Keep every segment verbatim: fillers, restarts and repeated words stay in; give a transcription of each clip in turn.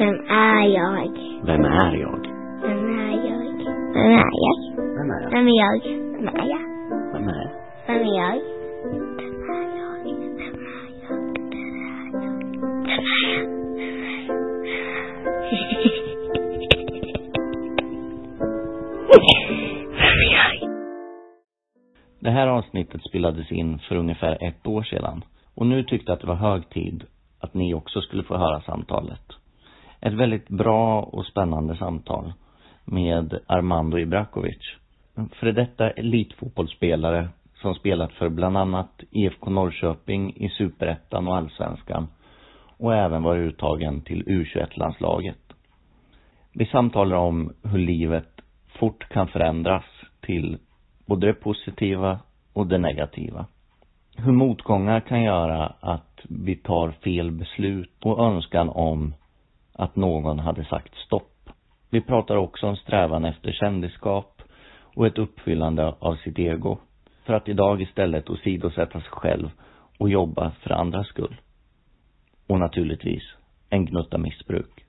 Vem är jag? Vem är jag? Vem är jag? Vem är jag? Vem är jag? Vem är jag? Vem är jag? Vem är jag? Vem är jag? Det här avsnittet spelades in för ungefär ett år sedan. Och nu tyckte jag att det var hög tid att ni också skulle få höra samtalet. Ett väldigt bra och spännande samtal med Armando Ibrakovic. För detta elitfotbollsspelare som spelat för bland annat I F K Norrköping i Superettan och Allsvenskan. Och även varit uttagen till U tjugoett-landslaget. Vi samtalar om hur livet fort kan förändras till både det positiva och det negativa. Hur motgångar kan göra att vi tar fel beslut och önskan om att någon hade sagt stopp. Vi pratar också om strävan efter kändisskap och ett uppfyllande av sitt ego. För att idag istället åsidosätta sig själv och jobba för andras skull. Och naturligtvis en gnutta missbruk.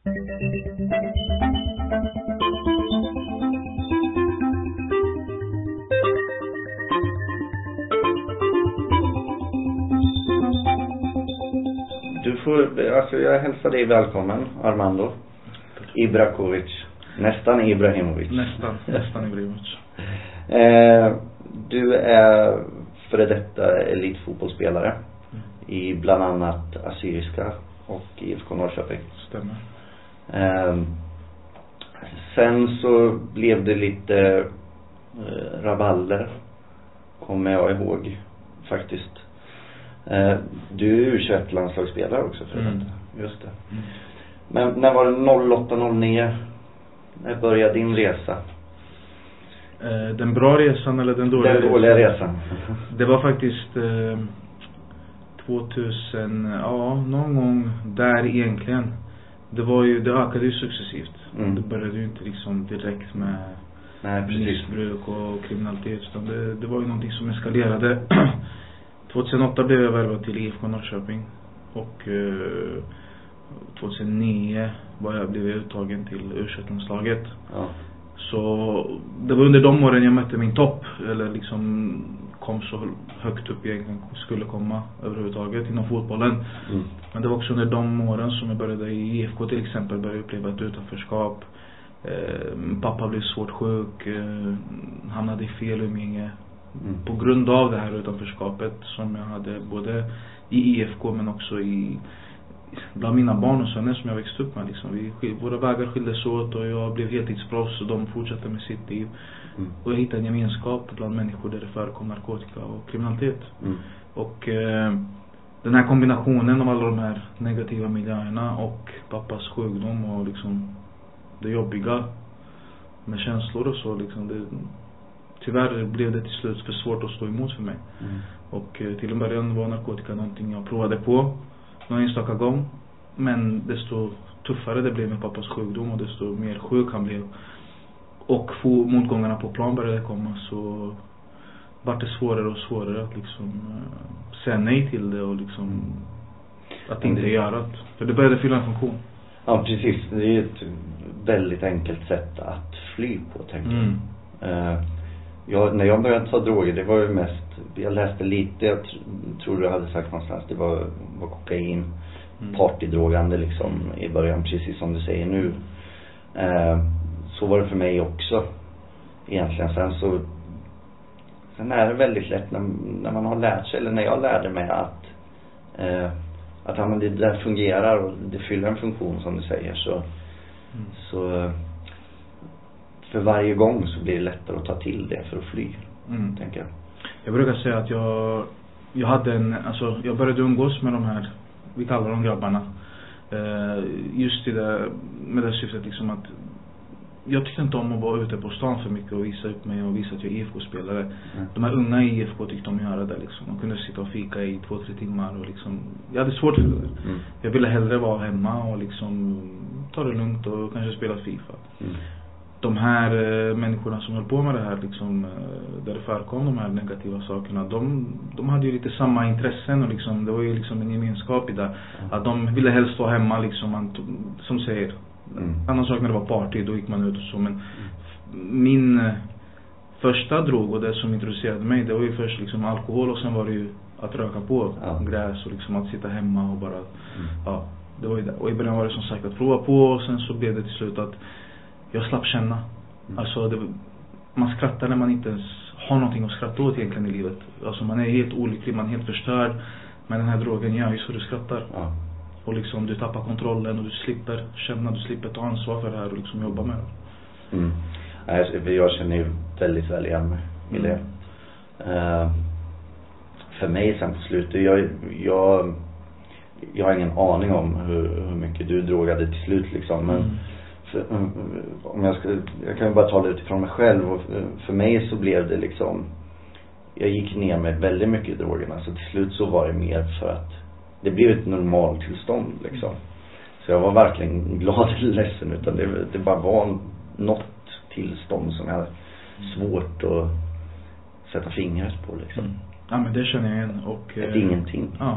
Du får, alltså jag hälsar dig välkommen, Armando Ibrakovic. Nästan Ibrahimovic. Nästan, nästan Ibrahimovic. eh, Du är före detta elitfotbollsspelare mm. i bland annat Assyriska och I F K Norrköping. Stämmer. Eh, sen så blev det lite eh, rabalder, kommer jag ihåg faktiskt. Eh, du är U tjugoett-landslagsspelare också för mm. det. Just det. Mm. Men när var det noll åtta noll nio? När började din resa? Eh, den bra resan eller den dåliga resan? Den dåliga resan. Det var faktiskt eh, tvåtusen, ja, någon gång där egentligen. Det var ju, det ökade ju successivt. Mm. Det började ju inte liksom direkt med Nej, missbruk och kriminalitet, utan det, det var ju någonting som eskalerade. tjugohundraåtta blev jag värvad till I F K Norrköping och eh, tjugohundranio var jag blev uttagen till U tjugoett-landslaget. Ja. Så det var under de åren jag mötte min topp, eller liksom kom så högt upp jag egentligen skulle komma överhuvudtaget inom fotbollen. Mm. Men det var också under de åren som jag började i I F K till exempel, började uppleva ett utanförskap. Eh, pappa blev svårt sjuk, eh, han hade fel umgänge. Mm. På grund av det här utanförskapet som jag hade både i I F K men också i bland mina barn och söner som jag växte upp med liksom. Vi, våra vägar skildes åt och jag blev heltidsproffs och de fortsatte med sitt liv. Mm. Och jag hittade en gemenskap bland människor där det förekom narkotika och kriminalitet. Mm. Och eh, den här kombinationen av alla de här negativa miljöerna och pappas sjukdom och liksom det jobbiga med känslor och så liksom det, tyvärr blev det till slut för svårt att stå emot för mig. Mm. Och eh, till en början var narkotika någonting jag provade på någon enstaka gång. Men desto tuffare det blev med pappas sjukdom och desto mer sjuk han blev. Och få motgångarna på plan började komma, så var det svårare och svårare att liksom uh, säga nej till det och liksom att inte göra det. För det började fylla en funktion. Ja, precis. Det är ett väldigt enkelt sätt att fly på, tänker jag. Mm. Uh, jag. När jag började ta droger, det var ju mest, jag läste lite, jag tr- tror du hade sagt någonstans, det var, var kokain, mm. partydrogande liksom i början, precis som du säger nu. Uh, så var det för mig också egentligen. Sen så sen är det väldigt lätt när, när man har lärt sig, eller när jag lärde mig att uh, att ja, men det där fungerar och det fyller en funktion som du säger, så mm. så för varje gång så blir det lättare att ta till det för att fly, mm. tänker jag. Jag brukar säga att jag jag hade en, alltså jag började umgås med de här, vi kallar dem grabbarna, eh, just i det, med det syftet liksom att jag tyckte inte om att vara ute på stan för mycket och visa upp mig och visa att jag är I F K-spelare. Mm. De här unga i I F K tyckte om att göra det liksom. De kunde sitta och fika i två, tre timmar och liksom, jag hade svårt för det där. Mm. Jag ville hellre vara hemma och liksom ta det lugnt och kanske spela FIFA. Mm. de här eh, människorna som höll på med det här liksom, eh, där det förekom de här negativa sakerna, de, de hade ju lite samma intressen och liksom, det var ju liksom en gemenskap i det. Att de ville helst vara hemma liksom, man, som säger. Mm. Annan sak när det var party, då gick man ut och så. Men min eh, första drog och det som introducerade mig, det var ju först liksom alkohol, och sen var det ju att röka på ja. gräs och liksom att sitta hemma och bara, mm. ja, det var ju det. Och i början var det som sagt att prova på, och sen så blev det till slut att jag slapp känna. Mm. Alltså det, man skrattar när man inte ens har någonting att skratta åt egentligen i livet. Alltså man är helt olycklig, man är helt förstörd. Men den här drogen gör ju så du skrattar. Ja. Och liksom du tappar kontrollen och du slipper känna, du slipper ta ansvar för det här och liksom jobba med det. Mm. Jag känner ju väldigt väl igen mig i det. Mm. Uh, för mig sen på slutet, jag, jag, jag har ingen aning om hur, hur mycket du drogade till slut liksom. Men mm. för, om jag, ska, jag kan ju bara ta det utifrån mig själv. Och för, för mig så blev det liksom, jag gick ner med väldigt mycket i drogerna. Så till slut så var det mer för att det blev ett normaltillstånd liksom. Så jag var verkligen glad eller ledsen, utan det, det bara var något tillstånd som jag hade svårt att sätta fingret på liksom. Mm. Ja, men det känner jag igen. Och, ett eh, ingenting. Ja.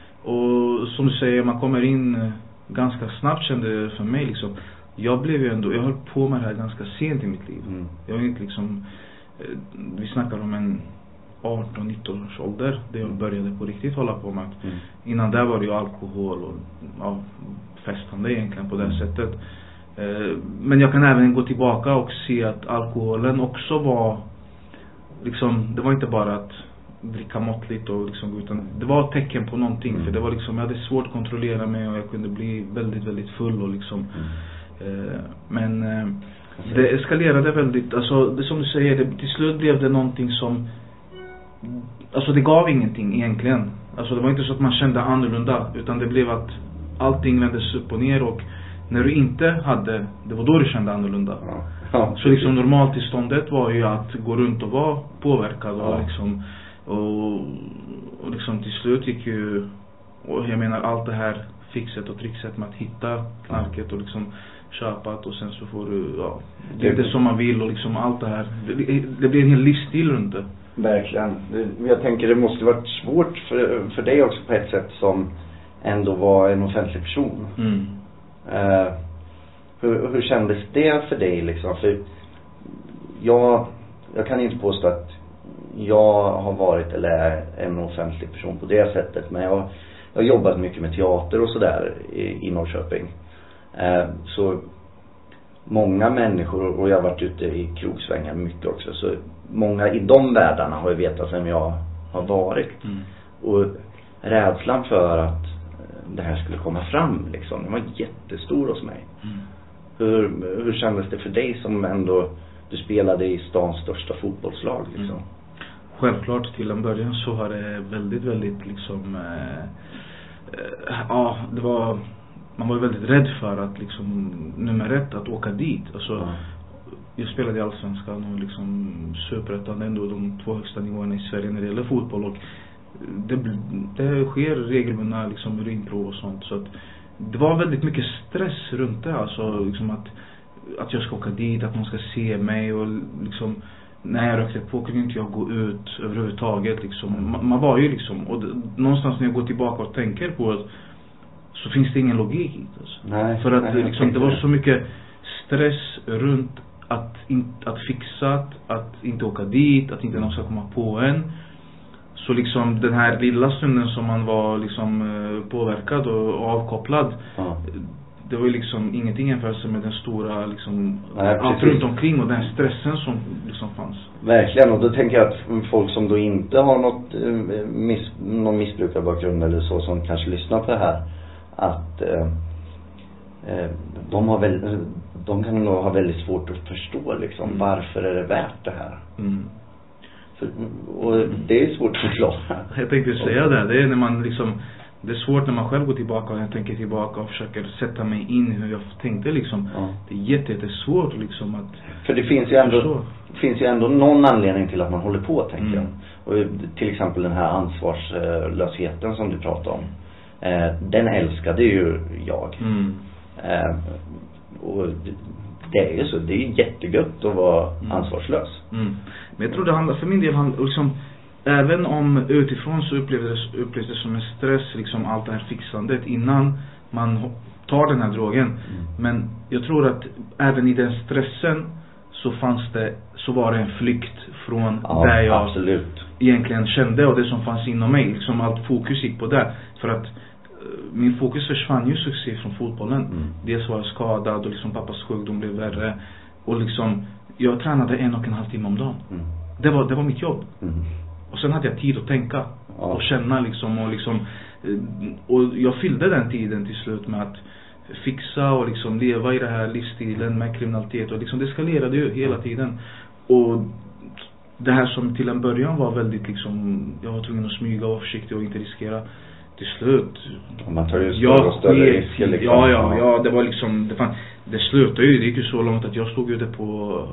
Och som du säger, man kommer in ganska snabbt, kände det för mig liksom. Jag blev ju ändå, jag höll på med det här ganska sent i mitt liv. Mm. Jag var inte liksom, eh, vi snackar om en arton nitton års ålder där jag började på riktigt hålla på med. Mm. Innan där var det ju alkohol och ja, festande egentligen på det mm. sättet. Eh, men jag kan även gå tillbaka och se att alkoholen också var liksom, det var inte bara att dricka måttligt och liksom, utan det var ett tecken på någonting. Mm. För det var liksom, jag hade svårt att kontrollera mig och jag kunde bli väldigt, väldigt full och liksom mm. eh, men eh, det eskalerade väldigt, alltså det som du säger, det, till slut blev det någonting som, alltså det gav ingenting egentligen. Alltså det var inte så att man kände annorlunda, utan det blev att allting vändes upp och ner, och när du inte hade, det var då du kände annorlunda. Ja. Ja. Så liksom normaltillståndet var ju att gå runt och vara påverkad och ja. liksom och, och liksom till slut gick ju, och jag menar allt det här fixet och trixet med att hitta knarket och liksom köpat, och sen så får du, ja, det är det som man vill och liksom allt det här, det, det blir en hel livsstil runt det. Verkligen. Jag tänker det måste varit svårt för, för dig också på ett sätt som ändå var en offentlig person. Mm. Uh, hur, hur kändes det för dig liksom? För jag, jag kan inte påstå att jag har varit eller är en offentlig person på det sättet, men jag, jag har jobbat mycket med teater och sådär i, i Norrköping. Uh, så många människor, och jag har varit ute i krogsvängar mycket också, så många i de världarna har ju vetat vem jag har varit. Mm. Och rädslan för att det här skulle komma fram liksom, den var jättestor hos mig. Mm. Hur, hur kändes det för dig som ändå du spelade i stans största fotbollslag liksom? Mm. Självklart till en början så var det väldigt, väldigt liksom eh, eh, ja, det var, man var väldigt rädd för att liksom nummer ett att åka dit. Alltså mm. jag spelade i Allsvenskan och liksom Superettan, ändå de två högsta nivåerna i Sverige när det gäller fotboll, och det, det sker regelbundna liksom urinprov och sånt, så att det var väldigt mycket stress runt det, alltså liksom att att jag ska åka dit, att man ska se mig, och liksom när jag rökte på kunde inte jag gå ut överhuvudtaget liksom. man, man var ju liksom, och det, någonstans när jag går tillbaka och tänker på det, så finns det ingen logik i det alltså. Nej, för att nej, liksom, det var så mycket stress runt att, in, att fixa, att, att inte åka dit, att inte någon ska komma på en. Så liksom den här lilla stunden som man var liksom påverkad och, och avkopplad, ja. Det var ju liksom ingenting jämfört med den stora liksom, nej, allt runt omkring och den stressen som liksom fanns. Verkligen, och då tänker jag att folk som då inte har något miss, någon missbrukarbakgrund eller så, som kanske lyssnar på det här, att eh, de har väl, de kan nog ha väldigt svårt att förstå liksom, mm. varför är det värt det här. Mm. För, och det är svårt att förklara. Jag tänkte säga det, det är när man liksom, det är svårt när man själv går tillbaka och jag tänker tillbaka och försöker sätta mig in hur jag tänkte liksom. Ja. Det är jätte, jättesvårt liksom att, för det finns ju ändå det finns ju ändå någon anledning till att man håller på, tänker mm. jag. Och till exempel den här ansvarslösheten som du pratar om. Eh, den älskade ju jag. Mm. Eh, och det är ju så, det är ju jättegött att vara mm. ansvarslös. Mm. Men jag tror det handlar, för min del handlar liksom, även om utifrån så upplevdes, upplevdes det som en stress, liksom allt det här fixandet innan man tar den här drogen. Mm. Men jag tror att även i den stressen så fanns det, så var det en flykt från ja, där jag absolut. egentligen kände och det som fanns inom mig. Liksom allt fokus gick på det. För att min fokus försvann ju succé från fotbollen. Mm. Dels var jag skadad och liksom pappas sjukdom blev värre. Och liksom, jag tränade en och en halv timme om dagen. Mm. Det var, det var mitt jobb. Mm. Och sen hade jag tid att tänka. Ja. Och känna liksom och liksom. Och jag fyllde den tiden till slut med att fixa och liksom leva i det här livsstilen med kriminalitet. Och liksom det eskalerade ju hela tiden. Och det här som till en början var väldigt liksom, jag var tvungen att smyga och vara försiktig och inte riskera. Till slut man tar ju större och större risker liksom. Ja, ja, ja, det var liksom det, fan, det slutade ju, det gick ju så långt att jag stod ute på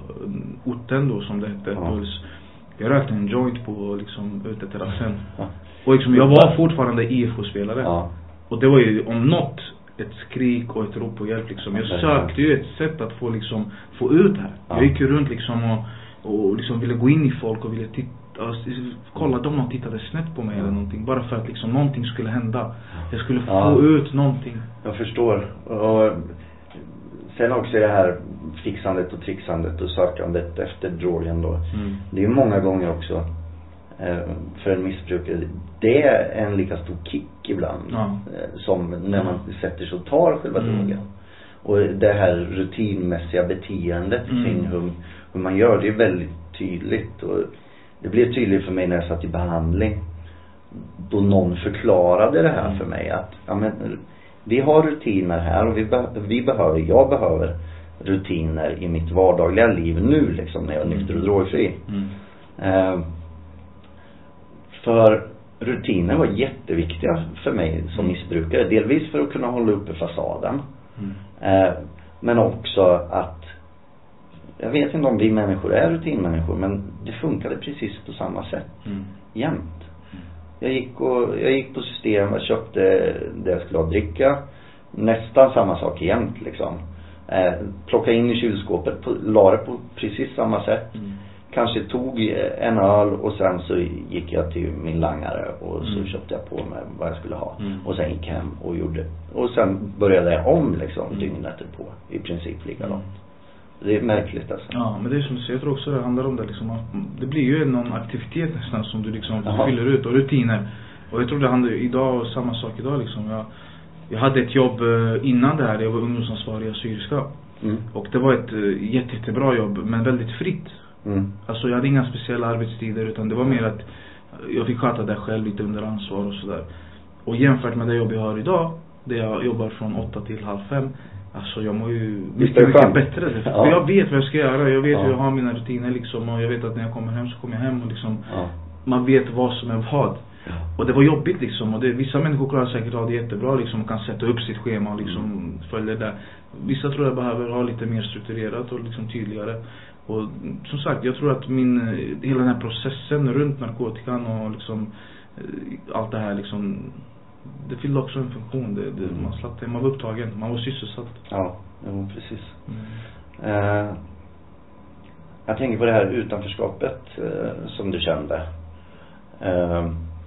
orten då som det hette. Ja. Jag rökte en joint på liksom ute terrassen. Ja. Och liksom jag var fortfarande I F K-spelare. Ja. Och det var ju om något ett skrik och ett rop på hjälp liksom. Jag sökte ju ett sätt att få liksom få ut här. Ja. Jag gick ju runt liksom och, och liksom ville gå in i folk och ville titta. Alltså, kolla om någon tittade snett på mig eller någonting. Bara för att liksom någonting skulle hända. Jag skulle få ja. ut någonting. Jag förstår. Och sen också det här fixandet och trixandet och sökandet efter drogen då. Mm. Det är ju många gånger också eh, för en missbrukare. Det är en lika stor kick ibland. Ja. Eh, som när man sätter sig och tar själva mm. drogen. Och det här rutinmässiga beteendet mm. kring hur, hur man gör, det är väldigt tydligt. Och det blev tydligt för mig när jag satt i behandling. Då någon förklarade det här för mig. Att ja, men, vi har rutiner här och vi, be- vi behöver, jag behöver rutiner i mitt vardagliga liv nu liksom när jag är nykter och drogfri. Mm. Eh, för rutiner var jätteviktiga för mig som missbrukare. Delvis för att kunna hålla uppe fasaden. Mm. Eh, men också att jag vet inte om vi människor är rutinmänniskor, men det funkade precis på samma sätt. Mm. Jämt. Mm. Jag gick och jag gick på system och köpte det jag skulle ha dricka. Nästan samma sak jämt liksom. Eh, plocka in i kylskåpet, på, la det på precis samma sätt. Mm. Kanske tog en öl och sen så gick jag till min langare och så mm. köpte jag på mig vad jag skulle ha. Mm. Och sen gick jag hem och gjorde. Och sen började jag om liksom mm. dygnet på. I princip likadant. Mm. Det är märkligt alltså. Ja, men det är som du säger, jag tror också det handlar om det liksom. Det blir ju någon aktivitet nästan som du liksom Aha. fyller ut och rutiner. Och jag tror det handlar idag, samma sak idag liksom. Jag, jag hade ett jobb innan det här, jag var ungdomsansvarig i Assyriska. Mm. Och det var ett jätte, jättebra jobb, men väldigt fritt. Mm. Alltså jag hade inga speciella arbetstider, utan det var mer att jag fick sköta det själv lite under ansvar och sådär. Och jämfört med det jobb jag har idag, där jag jobbar från åtta till halv fem. Alltså jag mår ju mycket, mycket bättre. Ja. För jag vet vad jag ska göra. Jag vet ja. hur jag har mina rutiner liksom. Och jag vet att när jag kommer hem så kommer jag hem och liksom ja. man vet vad som är vad. Ja. Och det var jobbigt liksom. Och det, vissa människor klarar säkert av det jättebra liksom. Och kan sätta upp sitt schema och liksom mm. följa det. Vissa tror jag behöver ha lite mer strukturerat och liksom tydligare. Och som sagt, jag tror att min hela den här processen runt narkotikan och liksom allt det här liksom, det fyllde också en funktion. Det, det, mm. Man slapp det, man var upptagen, man var sysselsatt. Ja, ja precis. Mm. Eh, jag tänker på det här utanförskapet eh, som du kände. Eh,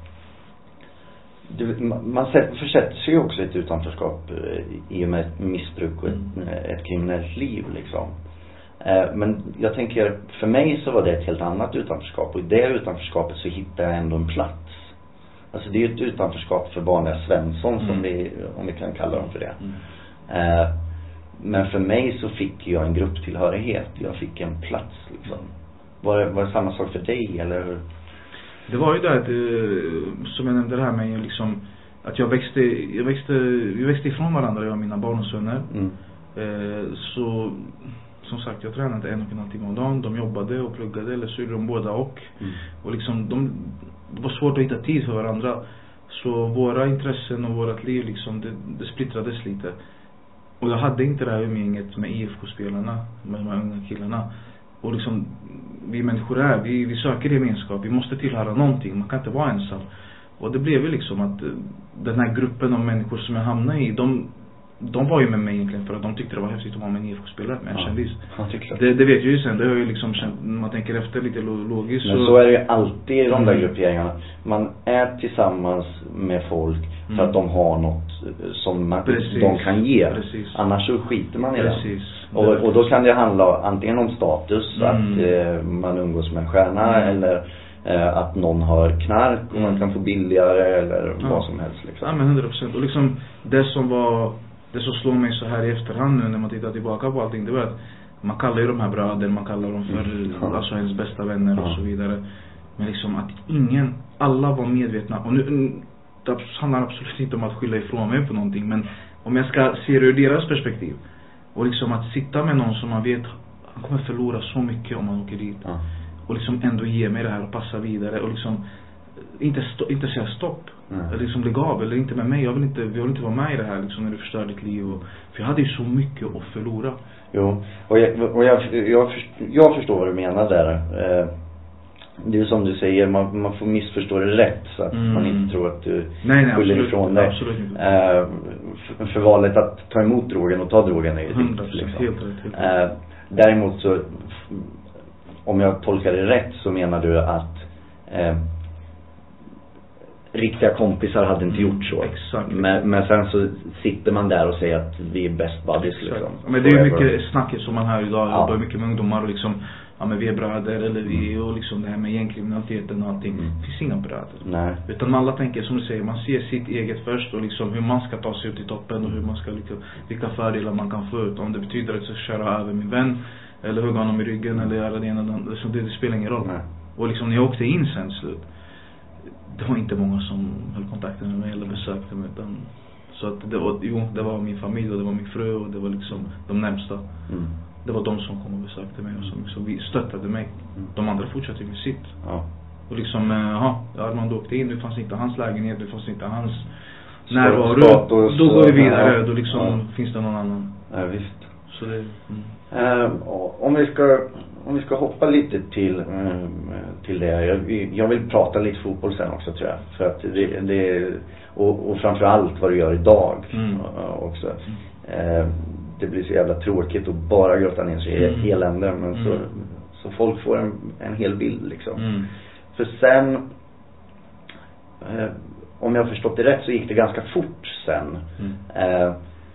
du, man försätter sig ju också i ett utanförskap eh, i och med ett missbruk och ett, mm. ett kriminellt liv liksom. Eh, men jag tänker, för mig så var det ett helt annat utanförskap. Och i det utanförskapet så hittade jag ändå en plats. Alltså det är ju ett utanförskap för vanliga Svensson mm. som vi, om vi kan kalla dem för det. Mm. Eh, men för mig så fick jag en grupptillhörighet. Jag fick en plats liksom. Var det, var det samma sak för dig eller hur? Det var ju det att, som jag nämnde det här med liksom, att jag växte, jag växte, vi växte ifrån varandra, jag och mina barn och söner. Mm. Eh, så som sagt, jag tränade en och en halv timme om dagen. De jobbade och pluggade, eller så gjorde de båda och. Mm. Och liksom, de, det var svårt att hitta tid för varandra. Så våra intressen och vårat liv liksom, det, det splittrades lite. Och jag hade inte det här umgänget med I F K-spelarna, med de här unga killarna. Och liksom, vi människor är, vi, vi söker gemenskap. Vi måste tillhöra någonting, man kan inte vara ensam. Och det blev ju liksom att den här gruppen av människor som jag hamnade i, de, de var ju med mig egentligen för att de tyckte det var häftigt att vara med en I F K-spelare med en ja. kändis. Ja, det, det vet jag ju sen, det har ju liksom känt, man tänker efter lite logiskt. Men så, så är det ju alltid i de där mm. grupperingarna. Man är tillsammans med folk för mm. att de har något som man, de kan ge. Precis. Annars så skiter man i det. Och, och då kan det handla antingen om status, mm. att eh, man umgås med en stjärna mm. eller eh, att någon har knark och man kan få billigare eller ja. vad som helst liksom. Ja, men hundra procent. Och liksom det som var det som slår mig så här i efterhand nu när man tittar tillbaka på allting, det var att man kallar ju de här bröder, man kallar dem för mm. alltså ens bästa vänner mm. och så vidare. Men liksom att ingen, alla var medvetna. Och nu, det handlar absolut inte om att skylla ifrån mig på någonting, men om jag ska se det ur deras perspektiv och liksom att sitta med någon som man vet han kommer förlora så mycket om man åker dit mm. och liksom ändå ge mig det här och passa vidare och liksom inte, sto- inte säga stopp mm. eller liksom lägga av eller inte med mig, jag vill inte, jag vill inte vara med i det här liksom när du förstör ditt liv och, för jag hade ju så mycket att förlora. Jo, och jag, och jag, jag, förstår, jag förstår vad du menar där. eh, det är ju som du säger, man, man får missförstå det rätt så att mm. man inte tror att du skyller ifrån dig. Absolut inte. eh, för, för valet att ta emot drogen och ta drogen är ju ditt liksom. Helt rätt, helt rätt. Eh, däremot så om jag tolkar det rätt så menar du att eh, riktiga kompisar hade inte gjort så. Exakt. Men, men sen så sitter man där och säger att vi är best buddies liksom. Men det är ju mycket snacket som man hör idag. Ja. Det är mycket med ungdomar och liksom, ja men vi är bröder eller vi är, och liksom det här med gängkriminaliteten och allting. Mm. Det finns inga bröder. Nej. Utan alla tänker som du säger, man ser sitt eget först och liksom hur man ska ta sig ut i toppen och hur man ska, liksom, vilka fördelar man kan få ut. Om det betyder att jag ska köra över min vän eller hugga honom i ryggen eller göra det ena eller andra. Det, det spelar ingen roll. Nej. Och liksom när jag åkte in sen slut, det var inte många som höll kontakten med mig eller besökte mig utan, så att det var, jo, det var min familj och det var min fru och det var liksom de närmsta. Mm. Det var de som kom och besökte mig och som liksom, vi stöttade mig. Mm. De andra fortsatte med sitt. Ja. Och liksom, ja, Armand åkte in, det fanns inte hans lägenhet, det fanns inte hans närvaro. Då går vi vidare, då liksom ja. finns det någon annan. Ja, visst. Så det, mm. eh, om vi ska om vi ska hoppa lite till eh, till det. Jag, jag vill prata lite fotboll sen också tror jag, för att det, det och, och framförallt vad du gör idag mm. också. Eh, det blir så jävla tråkigt att bara grotta ner sig i mm. elände, men mm. så så folk får en en hel bild liksom. Mm. För sen eh, om jag har förstått det rätt så gick det ganska fort sen. Mm. Eh,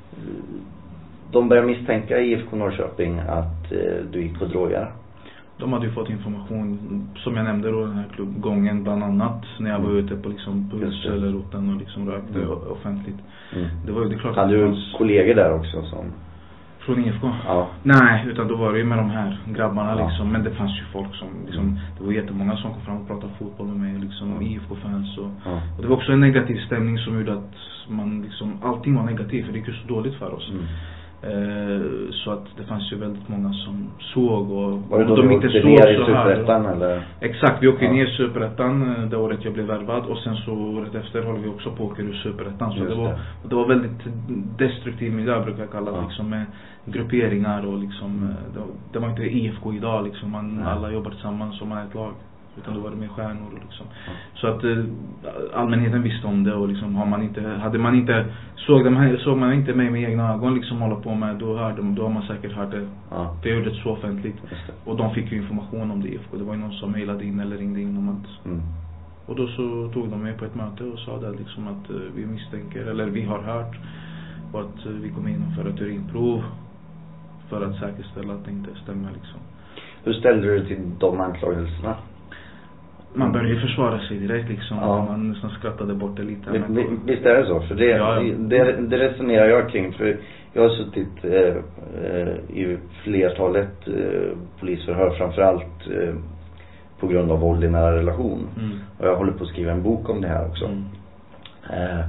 de började misstänka i I F K Norrköping att eh, du gick på droger. De hade ju fått information, som jag nämnde då, den här klubbgången bland annat, när jag var ute på liksom Puls eller roten och liksom rökte mm. offentligt. Mm. Det var ju det klart. Hade du fanns... kollegor där också som... Från I F K? Ja. Nej, utan då var det ju med de här grabbarna ja. liksom. Men det fanns ju folk som liksom, mm. det var jättemånga som kom fram och pratade fotboll med mig liksom, och I F K-fans och, ja. och det var också en negativ stämning som gjorde att man liksom, allting var negativt för det gick ju så dåligt för oss. Mm. Eh, så att det fanns ju väldigt många som såg och, var det då och de inte såg ner i Superettan eller? Exakt, vi åkte ja. ner i Superettan det året jag blev värvad och sen så året efter håller vi också på åker ur Superettan. Så det var, det var väldigt destruktiv miljö brukar jag kalla det ja. liksom, med grupperingar och liksom, det var, det var inte I F K idag liksom, man, ja. alla jobbar tillsammans som ett lag. Utan då var det med stjärnor liksom. Ja. Så att eh, allmänheten visste om det och liksom har man inte, hade man inte såg de såg man inte mig med egna ögon liksom hålla på med, då hörde då har man säkert hört det. Ja. För jag gjorde det så offentligt. Och de fick ju information om det I F K. Det var ju någon som mejlade in eller ringde in om att mm. och då så tog de mig på ett möte och sa det liksom att eh, vi misstänker eller vi har hört och att eh, vi kommer införa ett urinprov för att säkerställa att det inte stämmer liksom. Hur ställde du till de anklagelserna? Man började försvara sig direkt liksom. Ja. Man nästan skrattade bort det lite. V- v- visst är det så? För det, ja, ja. det, det resonerar jag kring. För jag har suttit eh, i flertalet eh, polisförhör. Framförallt eh, på grund av våld i nära relation. Mm. Och jag håller på att skriva en bok om det här också. Mm. Eh,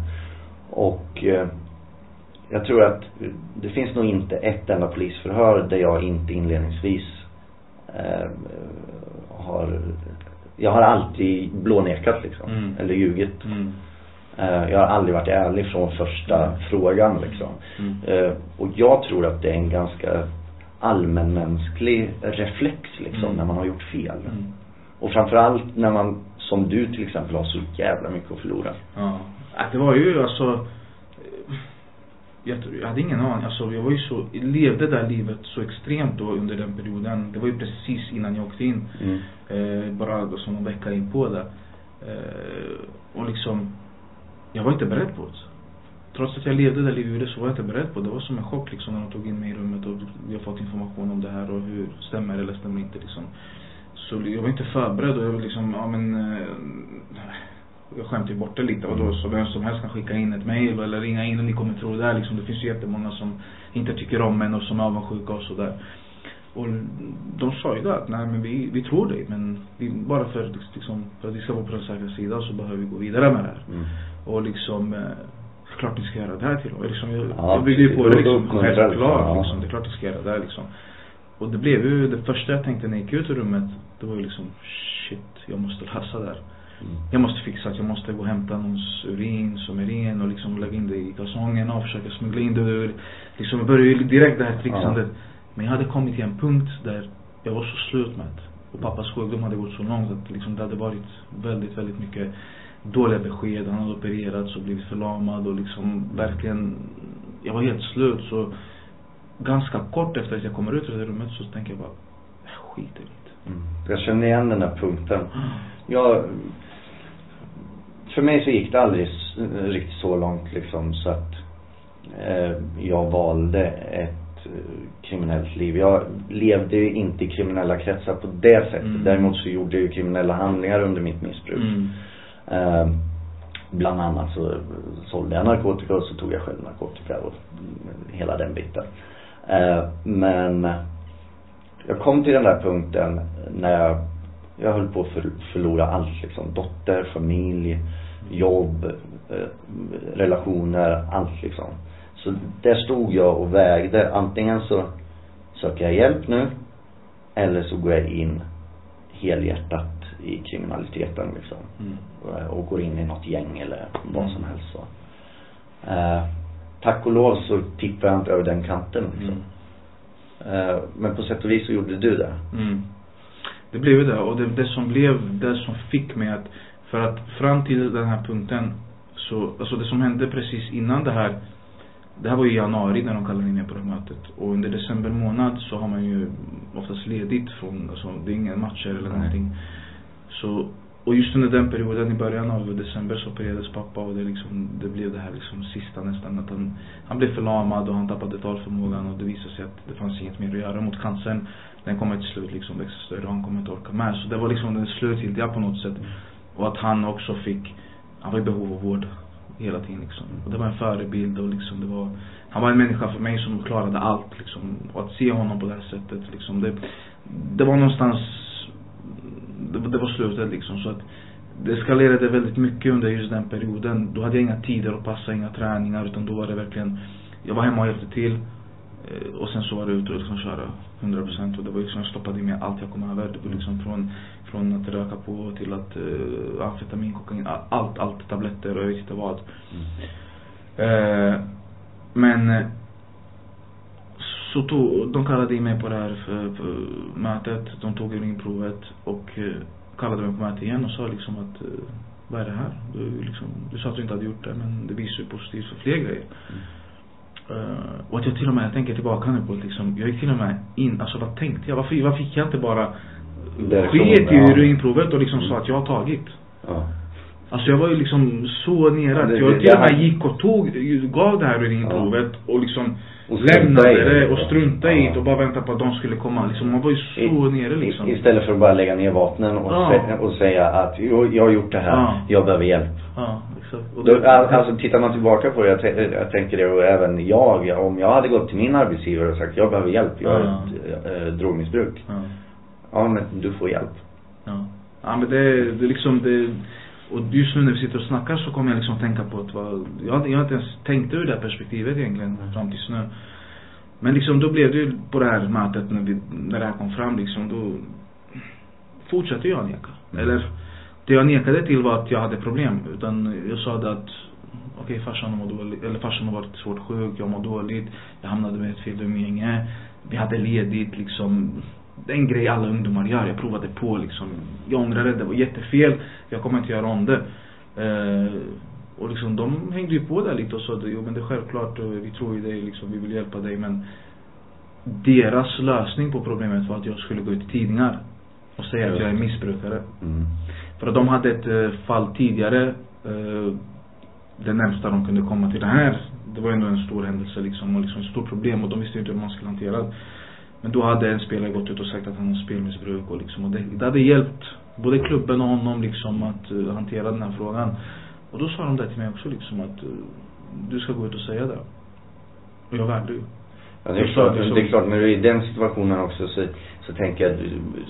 och eh, jag tror att det finns nog inte ett enda polisförhör där jag inte inledningsvis eh, har... Jag har alltid blånekat liksom. Mm. Eller ljugit. Mm. Uh, jag har aldrig varit ärlig från första mm. frågan liksom. Mm. Uh, och jag tror att det är en ganska allmänmänsklig reflex liksom, mm. när man har gjort fel. Mm. Och framförallt när man, som du till exempel, har så jävla mycket att förlora. Ja, det var ju alltså jag, jag hade ingen aning. Alltså jag var ju så, levde det där livet så extremt då under den perioden. Det var ju precis innan jag åkte in. Mm. Eh, bara då som en vecka in på det. Eh, och liksom, jag var inte beredd på det. Trots att jag levde det livet så var jag inte beredd på det. Det var som en chock liksom när de tog in mig i rummet och vi har fått information om det här och hur stämmer eller stämmer inte liksom. Så jag var inte förberedd och jag var liksom, ja men eh, jag skämtade bort det lite och då så vem som helst kan skicka in ett mejl eller ringa in och ni kommer tro det här liksom. Det finns ju jättemånga som inte tycker om en och som är avundsjuka och sådär. Och de sa ju då att nej men vi, vi tror dig men vi, bara för, liksom, för att vi ska vara på den säkra sidan så behöver vi gå vidare med det här. Mm. Och liksom eh, klart ni ska göra det här till och liksom, jag, ja, jag byggde ju på det liksom, självklart ja. Liksom, det är klart ni ska göra det här liksom. Och det blev ju, det första jag tänkte när jag gick ut ur rummet, det var ju liksom shit, jag måste läsa där. Mm. Jag måste fixa att jag måste gå och hämta någons urin som är ren och liksom lägga in det i kalsongerna och försöka smuggla in det ur. Liksom jag började ju direkt det här trixandet. Ja. Men jag hade kommit till en punkt där jag var så slut med det. Och pappas sjukdom hade gått så långt att liksom det hade varit väldigt, väldigt mycket dåliga besked. Han hade opererats och blivit förlamad och liksom verkligen, jag var helt slut. Så ganska kort efter att jag kommer ut ur det rummet så tänker jag bara, skit i det. Mm. Jag känner igen den här punkten. Jag, för mig så gick det aldrig riktigt så långt liksom så att eh, jag valde ett eh, kriminellt liv. Jag levde ju inte i kriminella kretsar på det sättet. Mm. Däremot så gjorde jag ju kriminella handlingar under mitt missbruk. Mm. Eh, bland annat så sålde jag narkotika och så tog jag själv narkotika och hela den biten. Eh, men jag kom till den där punkten när jag, jag höll på att för, förlora allt liksom. Dotter, familj, jobb, eh, relationer, allt liksom. Så där stod jag och vägde. Antingen så söker jag hjälp nu eller så går jag in helhjärtat i kriminaliteten liksom. Mm. Och, och går in i något gäng eller vad som helst så. Eh, tack och lov så tippade jag inte över den kanten liksom. Mm. Eh, men på sätt och vis så gjorde du det. Mm. Det blev det och det, det som blev det som fick mig att för att fram till den här punkten så, alltså det som hände precis innan det här, det här var i januari när de kallade in mig på det mötet och under december månad så har man ju oftast ledigt från, alltså det är inga matcher eller mm. någonting så, och just under den perioden i början av december så opererades pappa och det liksom, det blev det här liksom sista nästan att han, han blev förlamad och han tappade talförmågan och det visade sig att det fanns inget mer att göra mot cancern. Den kommer till slut liksom växa större och han kommer inte orka med. Så det var liksom den slutgiltiga på något sätt. Och att han också fick, han var i behov av vård hela tiden liksom. Och det var en förebild och liksom det var, han var en människa för mig som klarade allt liksom. Och att se honom på det här sättet liksom, det, det var någonstans, det, det var slutet liksom. Så att det eskalerade väldigt mycket under just den perioden. Då hade jag inga tider att passa, inga träningar, utan då var det verkligen, jag var hemma och hjälpte till. Och sen så var det ut och liksom köra hundra procent och det var liksom, jag stoppade i mig allt jag kom över. Det var liksom från, från att röka på till att uh, amfetamin, kokain, allt, allt, tabletter och jag vet inte vad. Mm. Uh, men så tog, de kallade in mig på det här för, för mötet. De tog urinprovet och uh, kallade mig på mötet igen och sa liksom att uh, vad är det här? Du, liksom, du sa att du inte hade gjort det, men det visar ju positivt för fler grejer. Mm. Uh, och att jag till och med, jag tänker tillbaka nu på liksom, jag gick till och med in, alltså vad tänkte jag, varför, varför fick jag inte bara sket i urinprovet och liksom mm. sa att jag har tagit ja. Alltså jag var ju liksom så nere att ja, jag till och med gick och tog, gav det här urinprovet ja. Och liksom och lämnade det och struntade ja. i det och bara väntade på att de skulle komma liksom, man var ju så I, nere liksom. Istället för att bara lägga ner vapnen och, ja. sä- och säga att jag, jag har gjort det här, ja. jag behöver hjälp. Ja, exakt. Och då, alltså tittar man tillbaka på det, jag, t- jag tänker det, och även jag, om jag hade gått till min arbetsgivare och sagt jag behöver hjälp, jag har ja. ett äh, drogmissbruk. Ja. ja, men du får hjälp. Ja, ja men det, det liksom det, och just nu när vi sitter och snackar så kommer jag liksom tänka på att vad, jag, jag har inte ens tänkt ur det här perspektivet egentligen mm. fram tills nu. Men liksom då blev det ju på det här mötet när, vi, när det här kom fram liksom, då fortsatte jag neka. Mm. Eller det jag nekade till var att jag hade problem, utan jag sa det att okej, okay, farsan var dålig, eller farsan har varit svårt sjuk, jag mår dåligt, jag hamnade med ett fel umgänge, vi hade ledigt liksom. Det är en grej alla ungdomar gör, jag provade på liksom. Jag ångrade, det var jättefel, jag kommer inte göra om det. uh, Och liksom de hängde ju på där lite och sa jo men det är självklart, vi tror ju dig liksom, vi vill hjälpa dig, men deras lösning på problemet var att jag skulle gå ut i tidningar och säga att jag är missbrukare. Mm. För att de hade ett uh, fall tidigare, uh, det närmsta de kunde komma till det här, det var ändå en stor händelse liksom, och liksom ett stort problem, och de visste inte hur man skulle hantera det. Men då hade en spelare gått ut och sagt att han har spelmissbruk och liksom, och det, det hade hjälpt både klubben och honom liksom att uh, hantera den här frågan. Och då sa de det till mig också liksom att uh, du ska gå ut och säga det. Och jag vägrade ju. Ja, det är klart, liksom, det är klart, när du är i den situationen också så, så tänker jag du,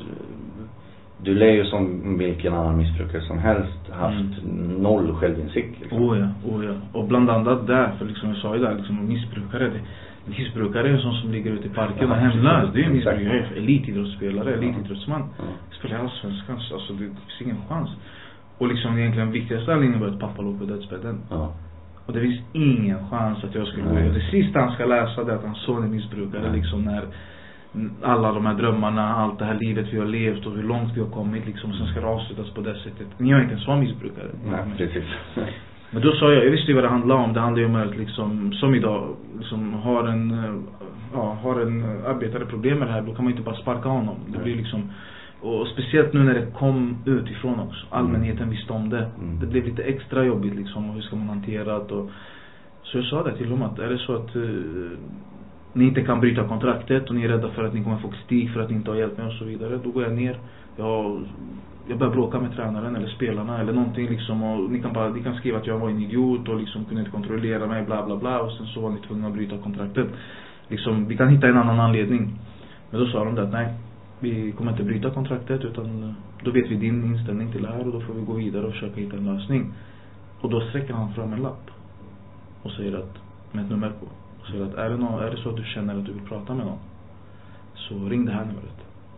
du lär ju som vilken annan missbrukare som helst haft mm. noll självinsikt liksom. Oh ja, oh ja. Och bland annat där, för liksom jag sa ju där liksom, missbrukare det, missbrukare är en sån som ligger ute i parken och hemlös. Det är en missbrukare, elitidrottsspelare, elitidrottsman. Ja. Spelar allsvenskan, alltså det finns ingen chans. Och liksom egentligen viktigaste anledningen var att pappa låg på dödsbädden. Ja. Och det finns ingen chans att jag skulle gå. Det sista han ska läsa det är att han son är missbrukare. Mm. Liksom när alla de här drömmarna, allt det här livet vi har levt och hur långt vi har kommit liksom, sen ska det avslutas på det sättet. Ni har inte ens var missbrukare. Nej, precis. Men då sa jag, jag visste ju vad det handlade om. Det handlar ju om att liksom, som idag liksom, har en ja, har en arbetare problem med det här, då kan man inte bara sparka honom. Det blir liksom, och speciellt nu när det kom utifrån också. Allmänheten visste om det. Mm. Det blev lite extra jobbigt liksom. Och hur ska man hantera det? Och så jag sa det till dem att är det så att uh, ni inte kan bryta kontraktet och ni är rädda för att ni kommer få kritik för att ni inte har hjälpt mig och så vidare. Då går jag ner. Jag, jag börjar bråka med tränaren eller spelarna eller någonting liksom. Och ni kan bara, ni kan skriva att jag var en idiot och liksom kunde inte kontrollera mig bla bla bla. Och sen så var ni tvungna att bryta kontraktet. Liksom, vi kan hitta en annan anledning. Men då sa de det att nej. Vi kommer inte bryta kontraktet utan då vet vi din inställning till det här och då får vi gå vidare och försöka hitta en lösning. Och då sträcker han fram en lapp och säger att, med ett nummer på, och säger att är det, någon, är det så att du känner att du vill prata med någon, så ring det här numret.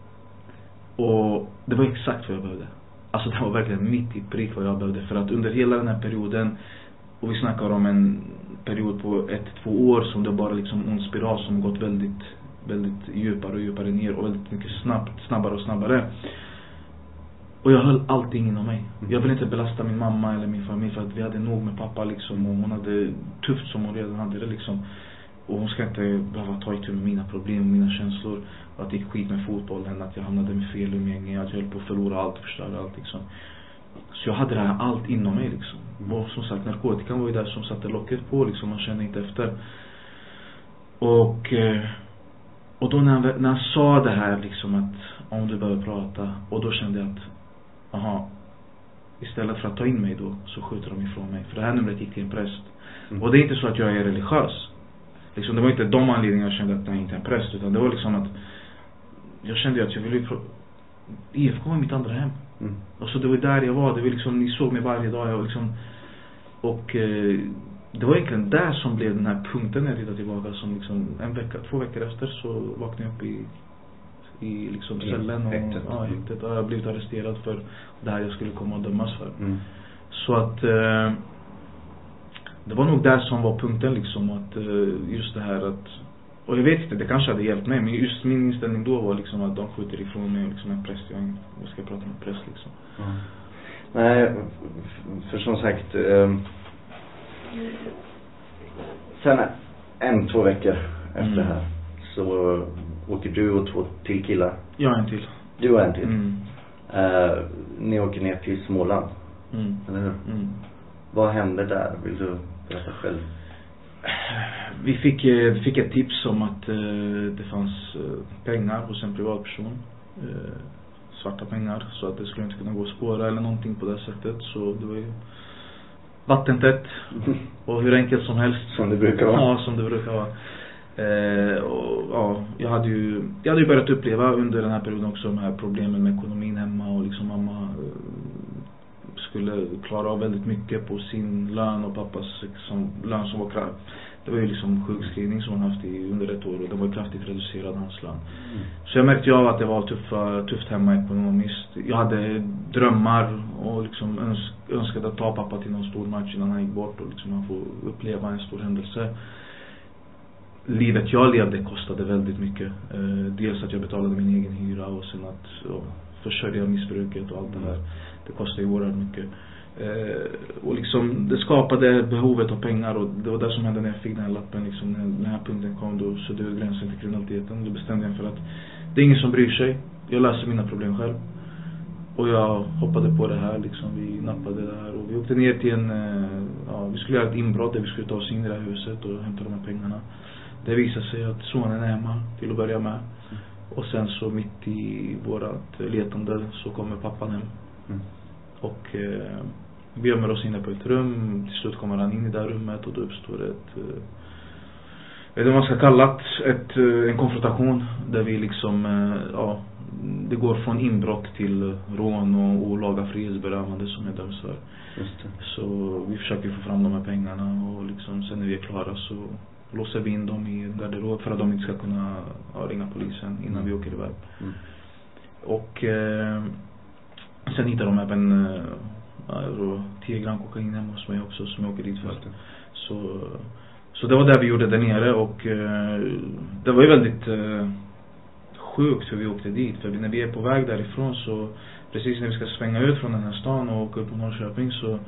Och det var exakt vad jag behövde. Alltså det var verkligen mitt i prick vad jag behövde, för att under hela den här perioden, och vi snackar om en period på ett, två år som det bara liksom en spiral som gått väldigt väldigt djupare och djupare ner och väldigt mycket snabbt, snabbare och snabbare. Och jag höll allting inom mig. Jag ville inte belasta min mamma eller min familj för att vi hade nog med pappa liksom, och hon hade tufft som hon redan hade det liksom. Och hon ska inte behöva ta itu med mina problem, mina känslor, att det gick skit med fotbollen, att jag hamnade med fel umgänge, att jag höll på att förlora allt, förstöra allt liksom. Så jag hade det här allt inom mig liksom. Och som sagt, narkotikan var ju där som satte locket på liksom, man kände inte efter. Och Och då när han, när han sa det här liksom att om du behöver prata, och då kände jag att aha, istället för att ta in mig då så skjuter de ifrån mig. För det här numret gick till en präst. Mm. Och det är inte så att jag är religiös. Liksom, det var inte de anledningarna jag kände att jag inte är en präst, utan det var liksom att jag kände att jag ville I F K var mitt andra hem. Mm. Och så det var där jag var. Det var liksom, ni såg mig varje dag. Jag liksom, och eh, det var egentligen där som blev den här punkten när jag tittade tillbaka, som liksom en vecka, två veckor efter så vaknade jag upp i i liksom cellen och ja, häktet, och jag har blivit arresterad för det här jag skulle komma och dömas för. Mm. Så att eh, det var nog där som var punkten liksom, att eh, just det här att, och jag vet inte, det kanske hade hjälpt mig, men just min inställning då var liksom att de skjuter ifrån mig liksom en präst, jag, jag ska prata med präst liksom. Mm. Nej, för som sagt eh, sen en, två veckor efter mm. det här så åker du och två till killar. Jag en till. Du och en till. Mm. Uh, ni åker ner till Småland. Mm. Eller hur? Mm. Vad hände där? Vill du berätta själv? Vi fick, vi fick ett tips om att uh, det fanns uh, pengar hos en privatperson. Uh, svarta pengar. Så att det skulle inte kunna gå att spåra eller någonting på det sättet. Så det var ju vattentätt. Mm. Och hur enkelt som helst. Som det brukar vara. Ja, som det brukar vara. Eh, och, ja, jag hade ju jag hade ju börjat uppleva under den här perioden också de här problemen med ekonomin hemma, och liksom mamma eh, skulle klara av väldigt mycket på sin lön, och pappas liksom, lön som var kraft. Det var ju liksom sjukskrivning som han haft i under ett år, och det var kraftigt reducerad hans lön. Mm. Så jag märkte ju att det var tuffa, tufft hemma ekonomiskt. Jag hade drömmar och liksom öns, önskade att ta pappa till någon stor match innan han gick bort, och liksom han får uppleva en stor händelse. Livet jag levde kostade väldigt mycket. dels att jag betalade min egen hyra och sen att ja, försörja missbruket och allt det här. Det kostar ju oerhört mycket. Eh, och liksom det skapade behovet av pengar, och det var det som hände när jag fick den här lappen liksom, när den här punkten kom, då så det var gränsen till kriminaliteten. Då bestämde jag för att det är ingen som bryr sig, jag löser mina problem själv, och jag hoppade på det här liksom. Vi nappade det här och vi åkte ner till en eh, ja, vi skulle göra ett inbrott där vi skulle ta oss in i det här huset och hämta de här pengarna. Det visade sig att sonen är hemma till att börja med, och sen så mitt i vårat letande så kommer pappan hem. mm. Och eh, vi gömmer oss inne på ett rum. Till slut kommer han in i det här rummet och då uppstår ett eh, det man ska kalla ett, en konfrontation där vi liksom eh, ja, det går från inbrott till rån och olaga frihetsberövande som jag döms för. Just det. Så vi försöker få fram de här pengarna, och liksom sen när vi är klara så låser vi in dem i en garderob för att de inte ska kunna ja, ringa polisen innan mm. vi åker iväg. Mm. Och eh, sen hittar de även äh, tio gram kokain hemma hos mig också som jag åker dit för. Så, så det var det vi gjorde där nere, och äh, det var ju väldigt äh, sjukt hur vi åkte dit. För när vi är på väg därifrån så precis när vi ska svänga ut från den här stan och åka upp på Norrköping så äh,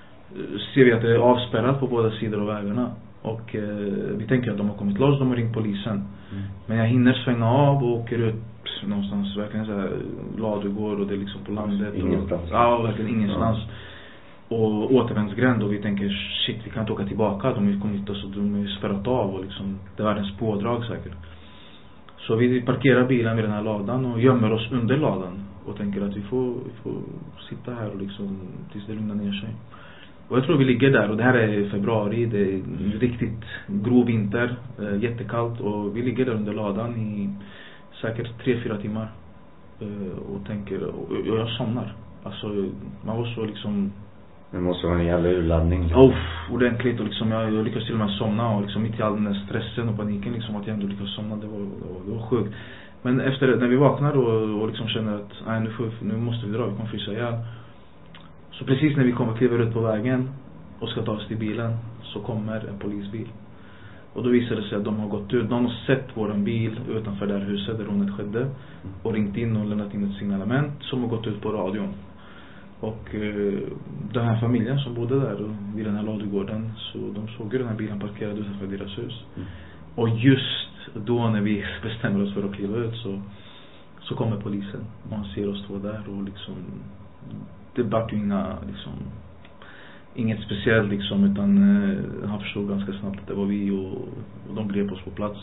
ser vi att det är avspärrat på båda sidor av vägarna. Och äh, vi tänker att de har kommit loss, de har ringt polisen. Mm. Men jag hinner svänga av och åker ut någonstans verkligen så här ladugård, och det är liksom på landet ingenstans. Och, ja, verkligen ingenstans. Ja. Och återvändsgränd, och vi tänker shit, vi kan inte åka tillbaka, de har kommit oss och de har spärrat av, och liksom det var en pådrag säkert. Så vi parkerar bilen vid den här ladan och gömmer oss under ladan och tänker att vi får, vi får sitta här och liksom tills det lugnar ner sig. Och jag tror vi ligger där, och det här är februari, det är riktigt grov vinter, jättekallt, och vi ligger där under ladan i säkert tre, fyra timmar och tänker, och jag somnar. Alltså man var så liksom, det måste vara en jävla urladdning liksom. Oh, ordentligt, och liksom jag, jag lyckades till och med somna, och liksom mitt i all den här stressen och paniken liksom, att jag ändå lyckades somna, det var, det var, det var sjukt. Men efter, när vi vaknar och, och liksom känner att nej, nu, får, nu måste vi dra, vi kommer frysa ihjäl. Så precis när vi kommer kliver ut på vägen och ska ta oss till bilen så kommer en polisbil. Och då visar det sig att de har gått ut. De har sett våran bil utanför det här huset där rånet skedde. Och ringt in och lämnat in ett signalement som har gått ut på radion. Och eh, den här familjen som bodde där vid den här ladugården, så de såg ju den här bilen parkerad utanför deras hus. Mm. Och just då när vi bestämmer oss för att kliva ut så, så kommer polisen. Man ser oss två där och liksom, det var ju inga liksom, inget speciellt liksom, utan eh, han förstod ganska snabbt att det var vi, och, och de grep oss på plats.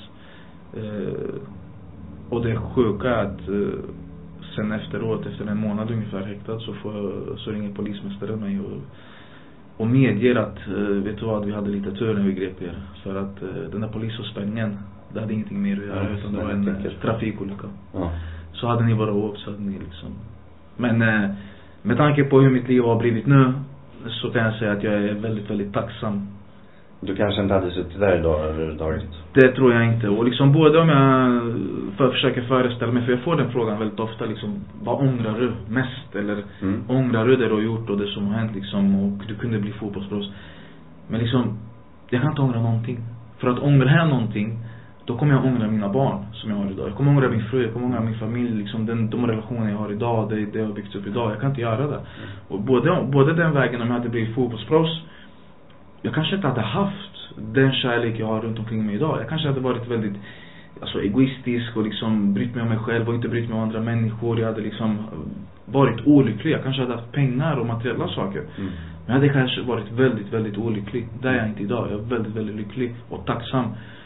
Eh, och det sjuka är att eh, sen efteråt, efter en månad ungefär häktad, så, får, så ringer polismästaren mig och, och medger att eh, vet du vad, vi hade lite tur när vi grep er. För att eh, den där polisavspärrningen, det hade ingenting mer att göra, utan det var en eh, trafikolycka. Ja. Så hade ni bara åkt, så hade ni liksom. Men eh, med tanke på hur mitt liv har blivit nu, så kan jag säga att jag är väldigt, väldigt tacksam. Du kanske inte hade suttit där idag överhuvudtaget? Det tror jag inte. Och liksom både om jag för försöker föreställa mig, för jag får den frågan väldigt ofta liksom, vad ångrar du mest? Eller mm. ångrar du det du har gjort och det som har hänt liksom, och du kunde bli fotbollsproffs? Men liksom, jag kan inte ångra någonting. För att ångra här någonting, då kommer jag ångra mina barn som jag har idag. Jag kommer ångra min fru, jag kommer ångra min familj, liksom den, de relationer jag har idag, det, det jag har byggt upp idag. Jag kan inte göra det. Mm. Och både, både den vägen, om jag hade blivit fotbollsproffs, jag kanske inte hade haft den kärlek jag har runt omkring mig idag. Jag kanske hade varit väldigt alltså, egoistisk och liksom brytt mig om mig själv och inte brytt mig om andra människor. Jag hade liksom varit olycklig. Jag kanske hade haft pengar och materiella saker. Mm. Men jag hade kanske varit väldigt, väldigt olycklig. Där är jag inte idag. Jag är väldigt, väldigt lycklig och tacksam.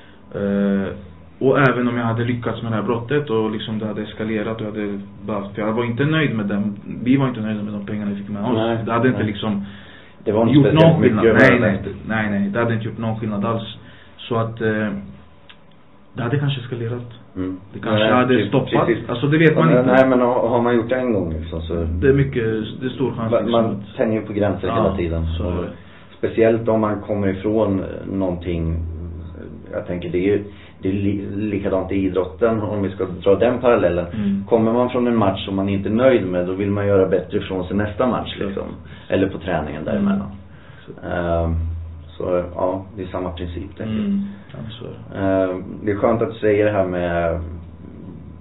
Uh, och även om jag hade lyckats med det här brottet och liksom det hade eskalerat och jag hade bara, för jag var inte nöjd med dem. Vi var inte nöjda med de pengarna vi fick med oss. Nej, det hade nej. inte liksom det var gjort någon skillnad. Nej, nej, nej, nej, det hade inte gjort någon skillnad alls. Så att eh, det hade kanske eskalerat. Mm. Det kanske nej, hade stoppat. Precis. Alltså det vet man men, inte. Nej, men har man gjort det en gång liksom, så det är mycket, det är stor chans. Man, man tänjer på gränser ja, hela tiden. Så och, speciellt om man kommer ifrån någonting. Jag tänker det är ju det är li, likadant i idrotten, om vi ska dra den parallellen. Mm. Kommer man från en match som man inte är nöjd med, då vill man göra bättre ifrån sig nästa match liksom. Eller på träningen däremellan. Mm. Uh, så ja, det är samma princip tänker jag. Mm. Uh, det är skönt att du säger det här med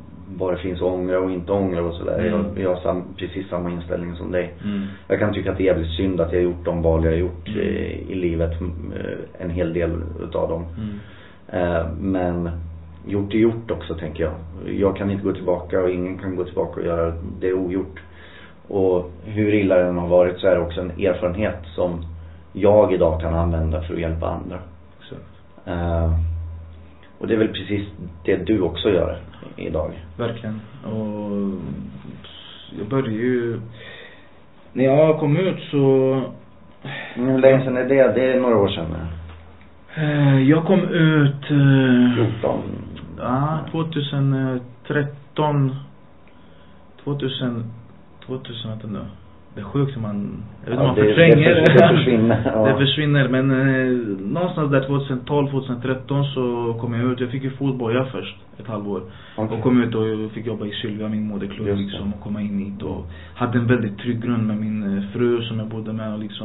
vad det finns ångra och inte ångra och sådär. Mm. Jag, jag har sam, precis samma inställning som dig. Mm. Jag kan tycka att det är jävligt synd att jag har gjort de val jag har gjort mm. i, i livet. En hel del utav dem. Mm. Eh, men gjort är gjort också, tänker jag. Jag kan inte gå tillbaka och ingen kan gå tillbaka och göra det ogjort. Och hur illa den har varit så är det också en erfarenhet som jag idag kan använda för att hjälpa andra. Uh, och det är väl precis det du också gör idag. Verkligen. Och jag började ju, när jag kom ut så... Hur länge sedan är det? Det är några år sedan. Uh, jag kom ut uh, fjorton. Ja, tjugohundratretton tjugohundra tjugohundra nu. Det är sjukt som man, jag vet inte, ja, man det, förtränger det, det försvinner. Ja. Det försvinner, men eh, någonstans där tjugotolv tjugotretton så kom jag ut. Jag fick ju fotboja först ett halvår. Okay. Och kom ut och fick jobba i Sylvia, min moderklubb liksom, och komma in hit och hade en väldigt trygg grund med min fru som jag bodde med och liksom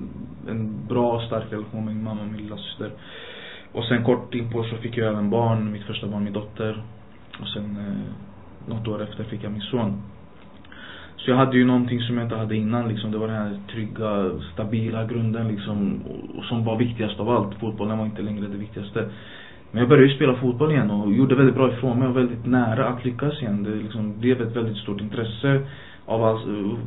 en bra stark relation med min mamma och min lilla syster. Och sen kort in på så fick jag även barn, mitt första barn, min dotter. Och sen eh, något år efter fick jag min son. Så jag hade ju någonting som jag inte hade innan liksom. Det var den här trygga, stabila grunden liksom, och som var viktigast av allt. Fotbollen var inte längre det viktigaste. Men jag började ju spela fotboll igen och gjorde väldigt bra ifrån mig och väldigt nära att lyckas igen. Det liksom blev ett väldigt stort intresse av all,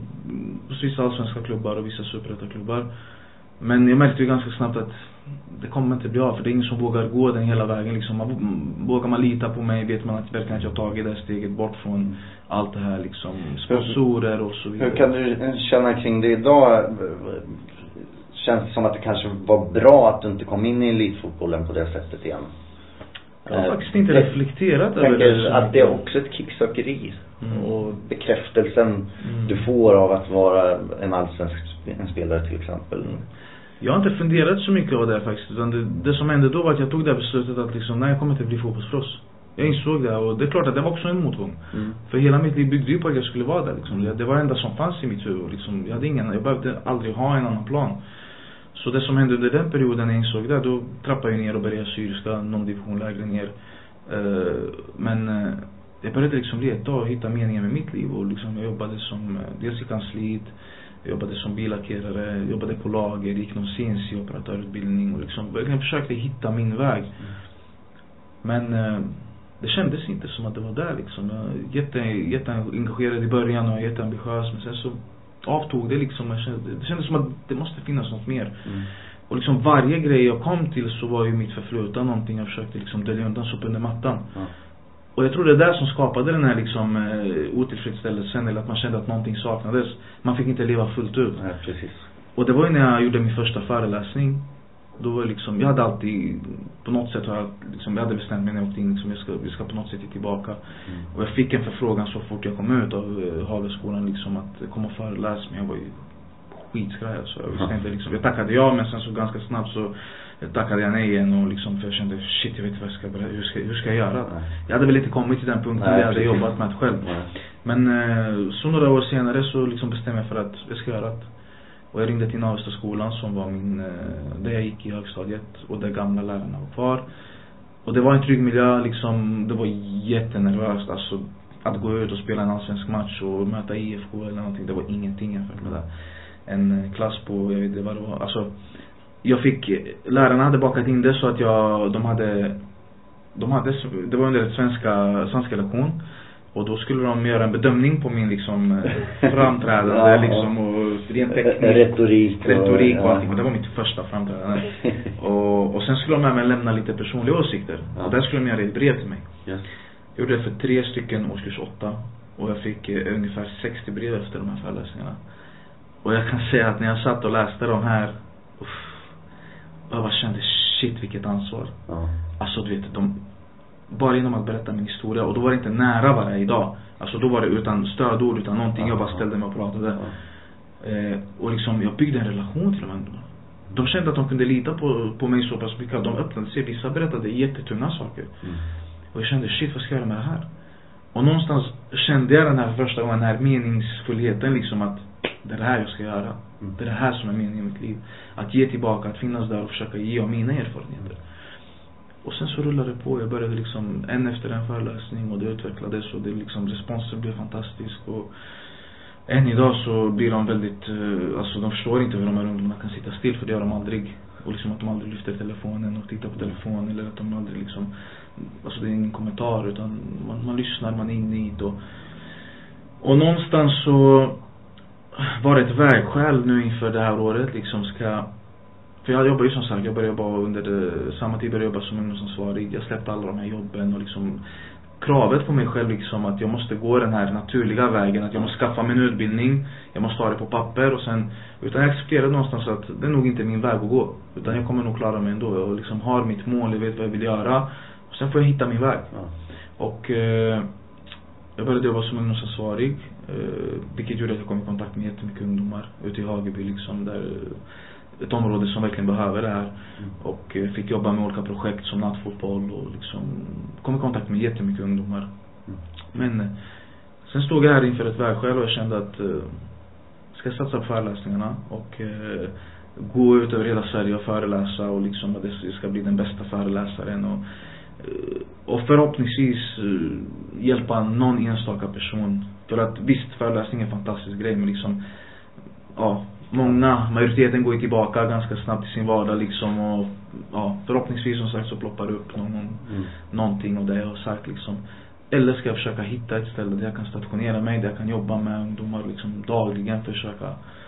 vissa allsvenska klubbar och vissa superettaklubbar. Men jag märkte ju ganska snabbt att det kommer inte bli av, för det är ingen som vågar gå den hela vägen liksom. Man, vågar man lita på mig, vet man att verkligen att jag tagit det steget bort från allt det här liksom, sponsorer och så vidare. Hur kan du känna kring det idag? Känns det som att det kanske var bra att du inte kom in i elitfotbollen på det sättet igen? Jag har faktiskt inte reflekterat över det. Att det är också ett kicksökeri. Mm. Och bekräftelsen mm. du får av att vara en allsvensk en spelare till exempel. Mm. Jag har inte funderat så mycket av det faktiskt, utan det, det som hände då var att jag tog det beslutet att liksom, nej, jag kommer inte bli fotbollsproffs. Jag insåg det, och det är klart att det var också en motgång. Mm. För hela mitt liv byggde ju på att jag skulle vara där liksom. Det var det enda som fanns i mitt huvud liksom. Jag hade ingen, jag behövde aldrig ha en annan plan. Så det som hände under den perioden jag insåg det, då trappade jag ner och började syriska, någon division lägre ner. Uh, men uh, jag började liksom leta och hitta meningen med mitt liv, och liksom jag jobbade som, uh, dels i kansliet, jag jobbade som billackerare, jobbade på lager, gick någon C N C-operatörutbildning och liksom jag försökte hitta min väg. Mm. Men uh, det kändes inte som att det var där liksom. Jag var jätte, jätteengagerad i början och jätteambitiös, men sen så avtog det liksom. Jag kände, det kändes som att det måste finnas något mer. Mm. Och liksom varje grej jag kom till så var ju mitt förflutna någonting jag försökte liksom dölja undan, så under mattan. Mm. Och jag tror det är där som skapade den här liksom uh, otillfredsställelsen, eller att man kände att någonting saknades. Man fick inte leva fullt ut. Ja, precis. Och det var ju när jag gjorde min första föreläsning. Då var liksom, jag hade alltid på något sätt har jag, liksom, jag hade bestämt mig när jag åkte in liksom, jag ska, jag ska på något sätt tillbaka. Mm. Och jag fick en förfrågan så fort jag kom ut av uh, Hagelskolan liksom, att komma och föreläsa, men jag var ju skitskraj så jag visste inte liksom, jag tackade ja, men sen så ganska snabbt så tackade jag nej igen, och liksom, för jag kände shit, jag vet inte vad jag ska, hur ska, hur ska jag göra? Nej. Jag hade väl inte kommit till den punkten där jag hade jobbat med det själv. Nej. Men uh, så några år senare så liksom bestämde jag för att jag ska göra det. Och jag ringde till Navesta skolan som var min, där jag gick i högstadiet, och där gamla lärarna var kvar. Och det var en trygg miljö liksom, det var jättenervöst alltså, att gå ut och spela en allsvensk match och möta I F K eller någonting, det var ingenting jämfört med det. En klass på, jag vet inte vad det var, alltså jag fick, lärarna hade bakat in det så att jag, de hade de hade, det var under ett svenska, svenska lektion. Och då skulle de göra en bedömning på min liksom framträdande ja, liksom, och rent teknik, retorik och, retorik och allting. Och det var mitt första framträdande. och, och sen skulle de med mig lämna lite personliga åsikter. Ja. Och där skulle de göra ett brev till mig. Yes. Jag gjorde det för tre stycken årskurs åtta. Och jag fick eh, ungefär sextio brev efter de här föreläsningarna. Och jag kan säga att när jag satt och läste de här, uff, jag bara kände shit, vilket ansvar. Ja. Alltså du vet, de bara genom att berätta min historia, och då var det inte nära vad det är idag. Alltså då var det utan stödord, utan någonting, jag bara ställde mig och pratade. Eh, och liksom jag byggde en relation till dem. De kände att de kunde lita på, på mig så pass mycket. De öppnade sig, vissa berättade jättetunga saker. Mm. Och jag kände shit, vad ska jag göra med det här? Och någonstans kände jag den här första gången, den här meningsfullheten liksom, att det är det här jag ska göra. Mm. Det är det här som är meningen i mitt liv. Att ge tillbaka, att finnas där och försöka ge av mina erfarenheter. Och sen så rullade det på. Jag började liksom en efter en föreläsning och det utvecklades och det liksom responsen blev fantastisk. Och än idag så blir de väldigt, alltså de förstår inte hur de här ungdomarna kan sitta still, för det gör de aldrig. Och liksom att de aldrig lyfter telefonen och tittar på telefonen, eller att de aldrig liksom, alltså det är ingen kommentar utan man, man lyssnar, man är inne i det. Och, och någonstans så var det ett vägskäl nu inför det här året liksom ska, för jag jobbar ju som sagt, jag började jobba under det, samma tid började jag jobba som ungdomsansvarig. Jag släppte alla de här jobben och liksom kravet på mig själv liksom att jag måste gå den här naturliga vägen, att jag måste skaffa mig en utbildning, jag måste ha det på papper och sen, utan jag accepterade någonstans att det är nog inte min väg att gå, utan jag kommer nog klara mig ändå och liksom har mitt mål, jag vet vad jag vill göra och sen får jag hitta min väg. Ja. Och eh, jag började jobba som ungdomsansvarig, eh, vilket gjorde att jag kom i kontakt med jättemycket ungdomar ute i Hageby liksom, där ett område som verkligen behöver det här. Mm. Och eh, fick jobba med olika projekt som nattfotboll och liksom kom i kontakt med jättemycket ungdomar. Mm. Men eh, sen stod jag här inför ett vägskäl och jag kände att eh, ska jag satsa på föreläsningarna och eh, gå ut över hela Sverige och föreläsa och liksom att det ska bli den bästa föreläsaren och, eh, och förhoppningsvis eh, hjälpa någon enstaka person. För att visst, föreläsning är en fantastisk grej, men liksom ja, många, majoriteten går ju tillbaka ganska snabbt i sin vardag liksom och ja, förhoppningsvis som sagt så ploppar det upp någon, mm. någonting av det jag har sagt liksom. Eller ska jag försöka hitta ett ställe där jag kan stationera mig, där jag kan jobba med ungdomar liksom dagligen, försöka.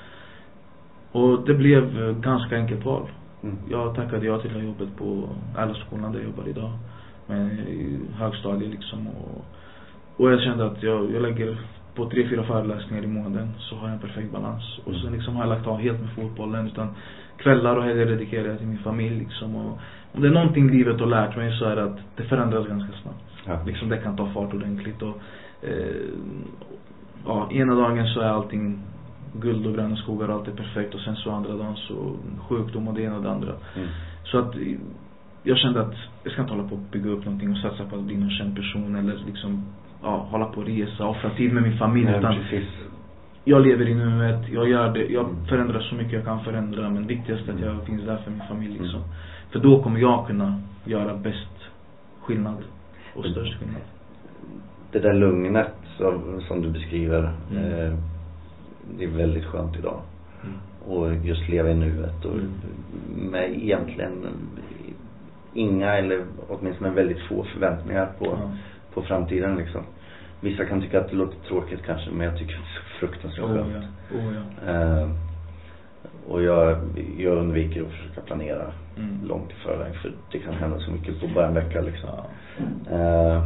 Och det blev ganska enkelt val. Mm. Jag tackade ja till det jobbet på Älvskolan där jag jobbar idag med högstadie liksom och, och jag kände att jag, jag lägger på tre, fyra föreläsningar i månaden så har jag en perfekt balans. Och sen liksom har jag lagt av helt med fotbollen, utan kvällar och helger dedikerar jag till min familj liksom. Och om det är någonting livet har lärt mig så är det att det förändras ganska snabbt. Ja. Liksom det kan ta fart ordentligt och eh, ja, ena dagen så är allting guld och gröna skogar och allt är perfekt och sen så andra dagen så sjukdom och det ena och det andra. Mm. Så att jag kände att jag ska inte hålla på att bygga upp någonting och satsa på att bli någon känd person eller liksom ja, hålla på att resa, offra tid med min familj. Nej, utan precis. Jag lever i nuet, jag gör det, jag förändrar så mycket jag kan förändra, men viktigast är att jag finns där för min familj liksom. Mm. För då kommer jag kunna göra bäst skillnad och störst skillnad. Det där lugnet som, som du beskriver mm. eh, det är väldigt skönt idag. Mm. Och just leva i nuet och mm. med egentligen inga eller åtminstone väldigt få förväntningar på mm. på framtiden liksom. Vissa kan tycka att det låter tråkigt kanske, men jag tycker det är så fruktansvärt oh, skönt. Ja. Oh, ja. Uh, och jag, jag undviker att försöka planera mm. långt i förväg, för det kan hända så mycket på bara en vecka liksom. Uh,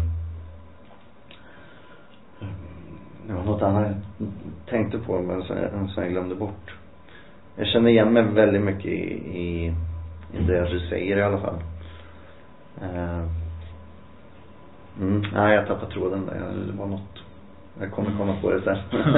det var något annat jag tänkte på, men så, så jag glömde bort. Jag känner igen mig väldigt mycket i, i, i det du säger i alla fall. Uh, Mm. Nej, jag tappade tråden där. Det var något. Jag kommer komma på det sen.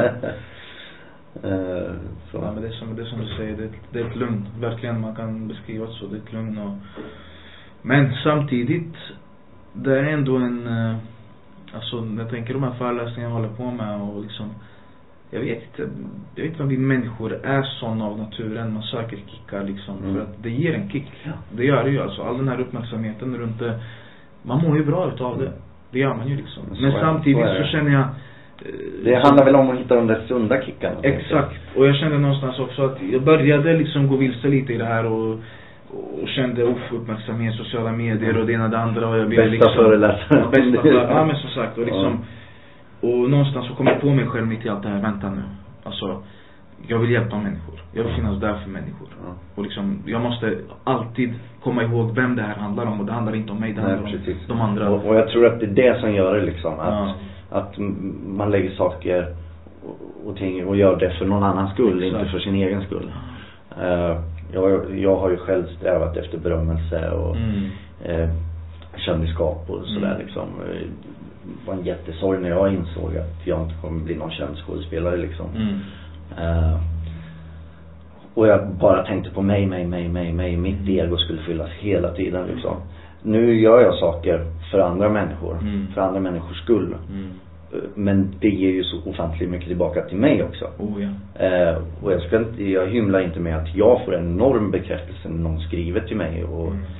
uh, så. Ja, men det är som, det är som du säger. Det är, det är ett lugn. Verkligen, man kan beskriva det så. Det är ett lugn. Och, men samtidigt, det är ändå en... Uh, alltså, jag tänker de här föreläsningarna jag håller på med och liksom... Jag vet inte, jag vet inte om vi människor är sån av naturen. Man söker kickar liksom. Mm. För att det ger en kick. Ja. Det gör det ju alltså. All den här uppmärksamheten runt det. Man mår ju bra utav det. Det gör man ju liksom. Så men samtidigt så, så känner jag... Eh, det handlar väl om att hitta de där sunda kickarna. Exakt. Och jag kände någonstans också att jag började liksom gå vilse lite i det här och, och kände uff, uppmärksamhet, sociala medier och det ena och det andra. Och jag bästa liksom, föreläsare. Bästa för, ja men som sagt. Och, liksom, ja. och någonstans så kom jag på mig själv mitt i allt det här. Vänta nu. Alltså... Jag vill hjälpa människor. Jag vill finnas där för människor. Ja. Och liksom, jag måste alltid komma ihåg vem det här handlar om. Och det handlar inte om mig, det handlar Nej, om de andra. Och, och jag tror att det är det som gör det liksom. Att, ja. att man lägger saker och, och ting och gör det för någon annans skull. Exakt. Inte för sin egen skull. Uh, jag, jag har ju själv strävat efter berömmelse och mm. uh, kändisskap och sådär mm. liksom. Det var en jättesorg när jag insåg att jag inte kommer bli någon känd skådespelare liksom. Mm. Uh, och jag bara tänkte på mig, mig, mig, mig, mig. Mitt ego skulle fyllas hela tiden liksom. Nu gör jag saker för andra människor, mm. för andra människors skull. Mm. uh, Men det ger ju så ofantligt mycket tillbaka till mig också. Oh, ja. uh, Och jag, ska inte, jag hymlar inte med att jag får en enorm bekräftelse när någon skriver till mig och,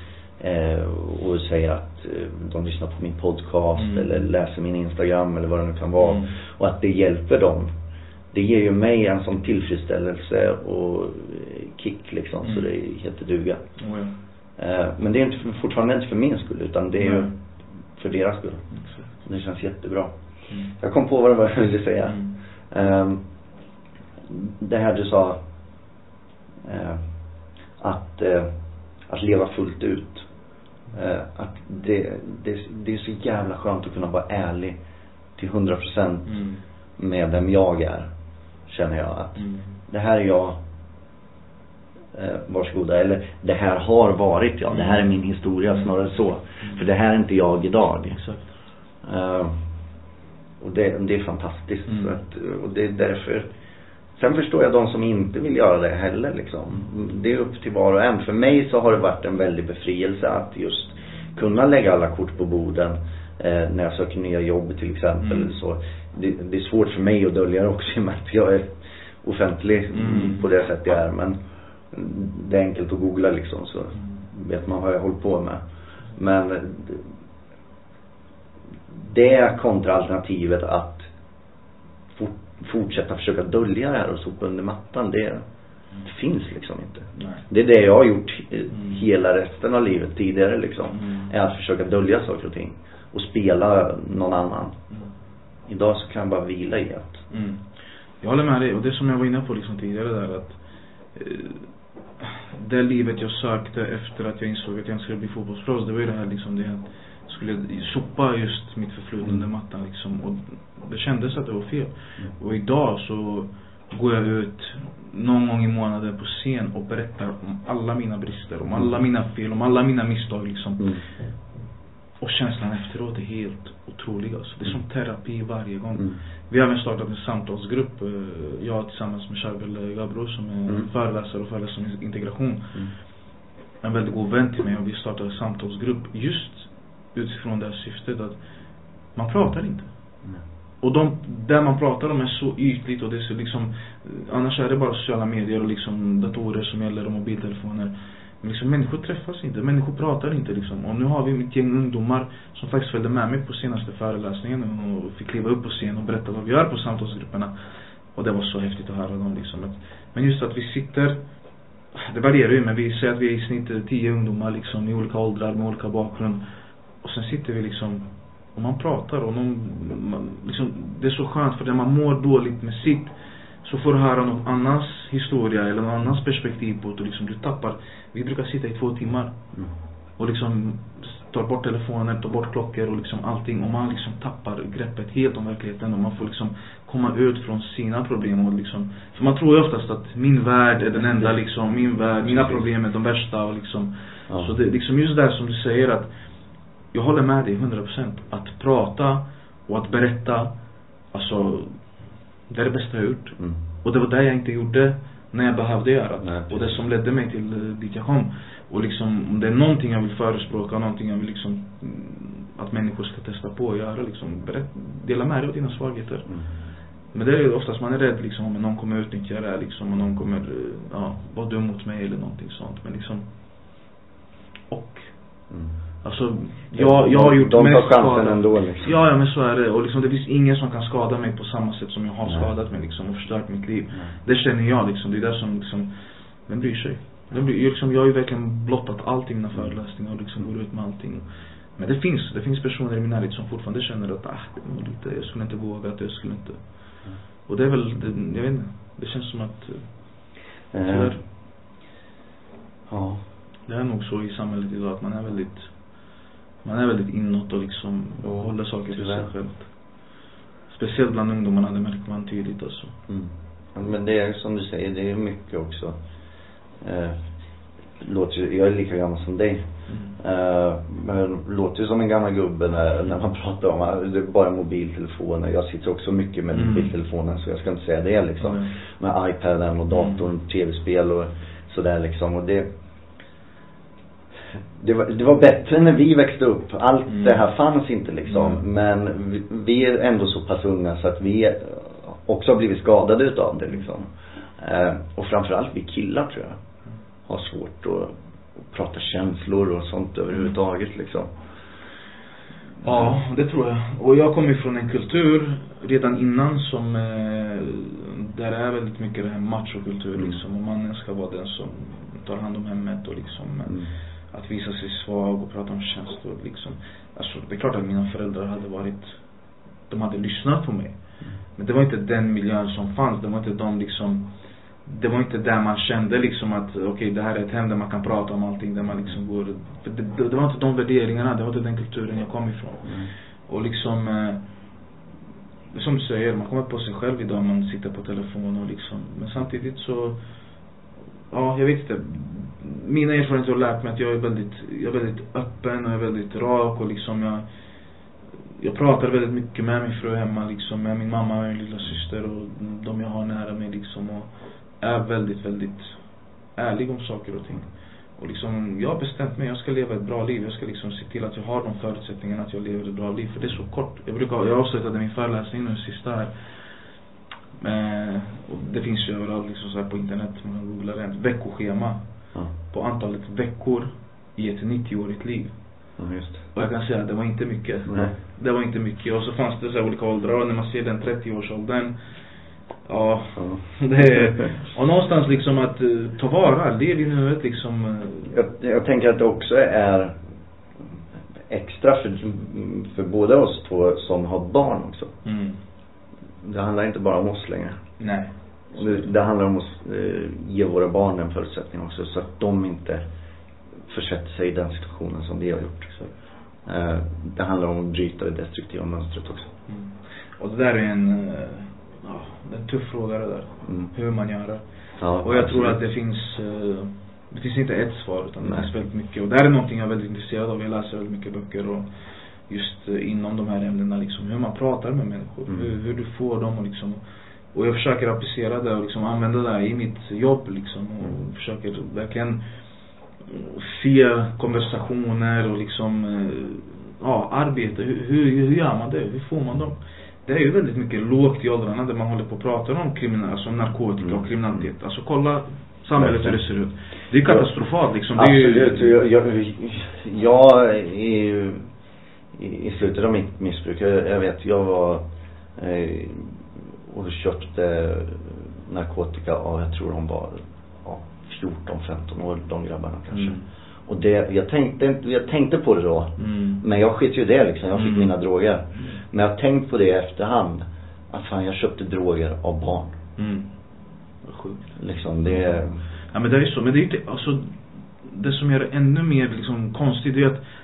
eh, och säger att eh, de lyssnar på min podcast mm. eller läser min Instagram eller vad det nu kan vara mm. och att det hjälper dem. Det ger ju mig en sån tillfredsställelse och kick liksom mm. så det är helt duga. Oh, ja. eh, men det är inte, fortfarande inte för min skull utan det är mm. ju för deras skull. Mm. Det känns jättebra. Mm. Jag kom på vad det var jag ville säga. Mm. Um, det här du sa uh, att uh, att leva fullt ut. Uh, att det, det, det är så jävla skönt att kunna vara ärlig till hundra procent mm. med vem jag är. Känner jag att mm. det här är jag. Uh, varsågoda. Eller det här har varit jag. Det här är min historia snarare så. Mm. För det här är inte jag idag. Exakt. Uh, och det, det är fantastiskt mm. så att, och det är därför. Sen förstår jag de som inte vill göra det heller liksom. Det är upp till var och en. För mig så har det varit en väldig befrielse att just kunna lägga alla kort på borden eh, när jag söker nya jobb till exempel mm. så det, det är svårt för mig att dölja också i och med att jag är offentlig mm. på det sätt jag är, men det är enkelt att googla liksom så vet man vad jag håller på med. Men det är kontraalternativet att fort, fortsätta försöka dölja det här och sopa under mattan. Det, det finns liksom inte. Nej. Det är det jag har gjort mm. hela resten av livet tidigare liksom. Mm. Är att försöka dölja saker och ting. Och spela någon annan. Mm. Idag så kan jag bara vila i att. Mm. Jag håller med dig. Och det som jag var inne på liksom tidigare där att eh, det livet jag sökte efter att jag insåg att jag skulle bli fotbollsproffs, det var ju det här liksom det skulle sopa just mitt förflutna under mattan liksom, och det kändes att det var fel. Mm. Och idag så går jag ut någon gång i månaden på scen och berättar om alla mina brister, om alla mina fel, om alla mina misstag liksom. Mm. Och känslan efteråt är helt otrolig alltså. Det är som terapi varje gång. Mm. Vi har även startat en samtalsgrupp, jag tillsammans med Charbel Gabro som är mm. föreläsare och föreläsare om integration. Mm. En väldigt god vän till mig, och vi startade en samtalsgrupp just utifrån det här syftet att man pratar inte. Mm. Och de, där man pratar om är så ytligt och det är så liksom, annars är det bara sociala medier och liksom datorer som gäller och mobiltelefoner. Men liksom människor träffas inte, människor pratar inte liksom. Och nu har vi ett gäng ungdomar som faktiskt följde med mig på senaste föreläsningen och fick kliva upp på scen och berätta vad vi gör på samtalsgrupperna. Och det var så häftigt att höra dem liksom. Men just att vi sitter, det varierar ju, men vi säger att vi är i snitt tio ungdomar liksom i olika åldrar med olika bakgrund. Och sen sitter vi liksom och man pratar och någon, man, liksom, det är så skönt för när man mår dåligt med sitt så får du höra någon annans historia eller någon annans perspektiv på det och liksom du tappar. Vi brukar sitta i två timmar mm. och liksom tar bort telefoner, tar bort klockor och liksom allting, och man liksom tappar greppet helt om verkligheten och man får liksom komma ut från sina problem och liksom, för man tror ju oftast att min värld är den enda liksom, min värld, mina problem är de värsta och liksom, ja. Så det liksom just där som du säger att jag håller med dig hundra procent. Att prata och att berätta, alltså det är det bästa jag gjort. Mm. Och det var det jag inte gjorde när jag behövde göra. Nej, och det som ledde mig till uh, dit jag kom. Och liksom, om det är någonting jag vill förespråka, någonting jag vill liksom att människor ska testa på och göra liksom, berätt, dela med dig av dina svagheter. Mm. Men det är ju oftast man är rädd liksom om någon kommer utnyttja det liksom, och någon kommer uh, ja, vara dum mot mig eller någonting sånt. Men liksom och mm. Alltså, jag, jag har gjort de mest skada ändå, liksom. Ja, ja, men så är det. Och liksom, det finns ingen som kan skada mig på samma sätt som jag har Nej. skadat mig liksom, och förstört mitt liv. Nej. Det känner jag liksom. Det är där som liksom, vem bryr sig? Den bryr, liksom, jag har ju verkligen blottat allting i mina föreläsningar och liksom går ut med allting. Men det finns, det finns personer i min närhet som fortfarande känner att ah, det är lite, jag skulle inte våga, att jag skulle inte. Mm. Och det är väl, det, jag vet inte, det känns som att mm. tyvärr, ja. Det är nog så i samhället idag att man är väldigt Man är väldigt inåt och liksom och håller saker för sig själv. Speciellt bland ungdomarna, det märker man tydligt alltså. Mm. Men det är som du säger, det är mycket också. Eh, låter, jag är lika gammal som dig. Mm. Eh, men låter ju som en gammal gubbe när, när man pratar om det är bara mobiltelefoner. Jag sitter också mycket med mm. mobiltelefonen, så jag ska inte säga det liksom. Mm. Med iPaden och datorn, mm. tv-spel och sådär liksom. Och det Det var, det var bättre när vi växte upp. Allt mm. det här fanns inte liksom. Mm. Men vi, vi är ändå så pass unga så att vi också har blivit skadade utav det liksom. Eh, och framförallt vi killar tror jag har svårt att prata känslor och sånt överhuvudtaget liksom. Ja, det tror jag. Och jag kommer från en kultur redan innan som eh, där är väldigt mycket det här machokultur liksom, och mannen ska vara den som tar hand om hemmet och liksom mm. att visa sig svag och prata om känslor liksom. Alltså det är klart att mina föräldrar hade varit, de hade lyssnat på mig. Mm. Men det var inte den miljön som fanns. Det var inte de liksom, det var inte där man kände liksom att okej, okay, det här är ett hem där man kan prata om allting, där man liksom går, för det, det, det var inte de värderingarna, det var inte den kulturen jag kom ifrån. Mm. Och liksom eh, som du säger, man kommer på sig själv idag, man sitter på telefon och liksom, men samtidigt så ja, jag vet inte, mina erfarenheter har lärt mig att jag är väldigt, jag är väldigt öppen och jag är väldigt rak och liksom jag jag pratar väldigt mycket med min fru hemma liksom, med min mamma och min lilla syster och de jag har nära mig liksom, och är väldigt, väldigt ärlig om saker och ting. Och liksom, jag har bestämt mig, jag ska leva ett bra liv. Jag ska liksom se till att jag har de förutsättningarna att jag lever ett bra liv. För det är så kort. Jag brukar, jag avslutade min föreläsning nu sista här. Eh, och det finns ju överallt liksom så här på internet. Man kan googla det. Ett veckoschema. Ja. På antalet veckor i ett nittioårigt liv. Ja, just. Och jag kan säga att det var inte mycket. Nej. Det var inte mycket. Och så fanns det så här olika åldrar. Och när man ser den trettioårsåldern. Ja, ja. Det är, och någonstans liksom att uh, ta vara, det är i nuet liksom. Uh, jag, jag tänker att det också är extra för, för båda oss två som har barn också. Mm. Det handlar inte bara om oss längre. Nej. Det, det handlar om att uh, ge våra barn en förutsättning också, så att de inte försätter sig i den situationen som vi har gjort. Så, uh, det handlar om att bryta det destruktiva mönstret också. Mm. Och det där är en uh, ja, det är en tuff fråga det där. Mm. Hur man gör det. Ja, och jag tror att det finns uh, det finns inte ett svar, utan det finns väldigt mycket. Och det här är någonting jag är väldigt intresserad av. Jag läser väldigt mycket böcker och just uh, inom de här ämnena liksom, hur man pratar med människor. Mm. Hur, hur du får dem och liksom, och jag försöker applicera det och liksom använda det i mitt jobb liksom, och mm. försöker verkligen se konversationer och liksom uh, ja, arbete. Hur, hur, hur gör man det? Hur får man dem? Det är ju väldigt mycket lågt i åldrarna där man håller på att prata om kriminal, alltså narkotika mm. och kriminalitet. Alltså kolla samhället hur det ser ut. Det är katastrofalt liksom. Det är ju, jag, jag, jag i, i slutet av mitt missbruk, jag, jag vet, jag var eh, och köpte narkotika och jag tror de var ja, fjorton femton år, de grabbarna kanske. Mm. Och det, jag tänkte, jag tänkte på det då. Mm. Men jag skit ju det liksom. Jag fick mm. mina droger. Mm. Men jag har tänkt på det i efterhand. Att fan, jag köpte droger av barn. Mm. Vad sjukt. Liksom det. Ja, men det är ju så. Men det är inte, alltså, det som gör det ännu mer liksom konstigt är att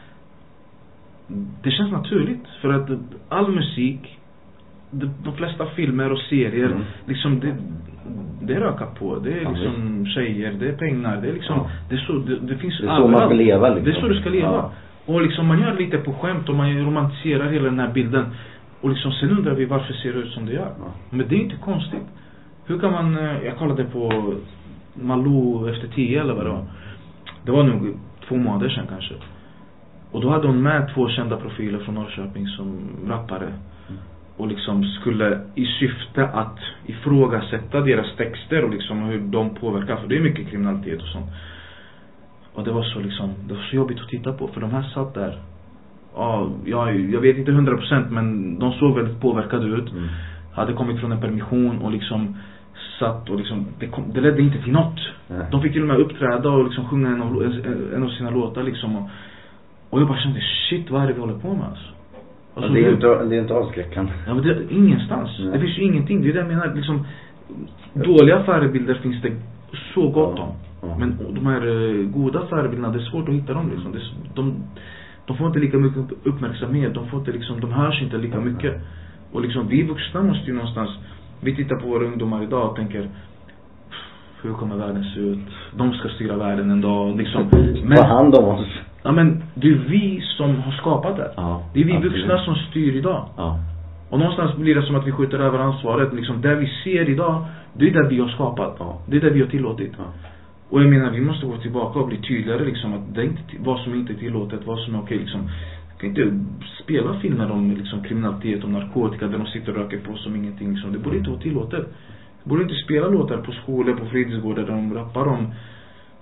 det känns naturligt. För att all musik, de, de flesta filmer och serier mm. liksom det, det är rökat på. Det är liksom ja, tjejer, det är pengar, det är liksom ja. det är så det, det finns det är så man ska leva liksom. Det är så du ska leva. Ja. Och liksom man gör lite på skämt och man romantiserar hela den här bilden. Och liksom sen undrar vi varför ser det ut som det gör. Ja. Men det är inte konstigt. Hur kan man, jag kollade på Malou efter tio eller vad det var. Det var nog två månader sedan kanske. Och då hade hon med två kända profiler från Norrköping som rappare. Mm. Och liksom skulle i syfte att ifrågasätta deras texter och liksom hur de påverkar. För det är mycket kriminalitet och sånt. Och det var så liksom, det var så jobbigt att titta på. För de här satt där. Ja, jag, jag vet inte hundra procent, men de såg väldigt påverkade ut. Mm. Hade kommit från en permission och liksom satt och liksom, det, kom, det ledde inte till något. Mm. De fick till och med uppträda och liksom sjunga en av, en av sina låtar liksom. Och, och jag bara kände, shit, vad är det vi håller på med alltså? Alltså, det, är inte, det är inte avskräckande. Ja, men det är ingenstans. Nej. Det finns ju ingenting. Det är det jag menar. Liksom, dåliga förebilder finns det så gott ja. om. Ja. Men de här uh, goda förebilderna, det är svårt att hitta dem. Liksom. Det, de, de får inte lika mycket uppmärksamhet. De, får inte, liksom, de hörs inte lika mycket. Och liksom, vi vuxna måste ju någonstans... Vi tittar på våra ungdomar idag och tänker... Hur kommer världen se ut? De ska styra världen en dag. Liksom. Men, ta hand om oss. Ja, men det är vi som har skapat det. Ja, det är vi absolut. Vuxna som styr idag. Ja. Och någonstans blir det som att vi skjuter över ansvaret. Liksom, det vi ser idag, det är det vi har skapat. Ja. Det är det vi har tillåtit. Ja. Och jag menar, vi måste gå tillbaka och bli tydligare. Liksom, att det är inte, vad som inte är tillåtet, vad som är okej. Liksom. Vi kan inte spela filmer om liksom, kriminalitet, om narkotika, där de sitter och röker på som ingenting. Liksom. Det borde inte vara tillåtet. Det borde inte spela låtar på skolor, på fritidsgårdar där de rappar om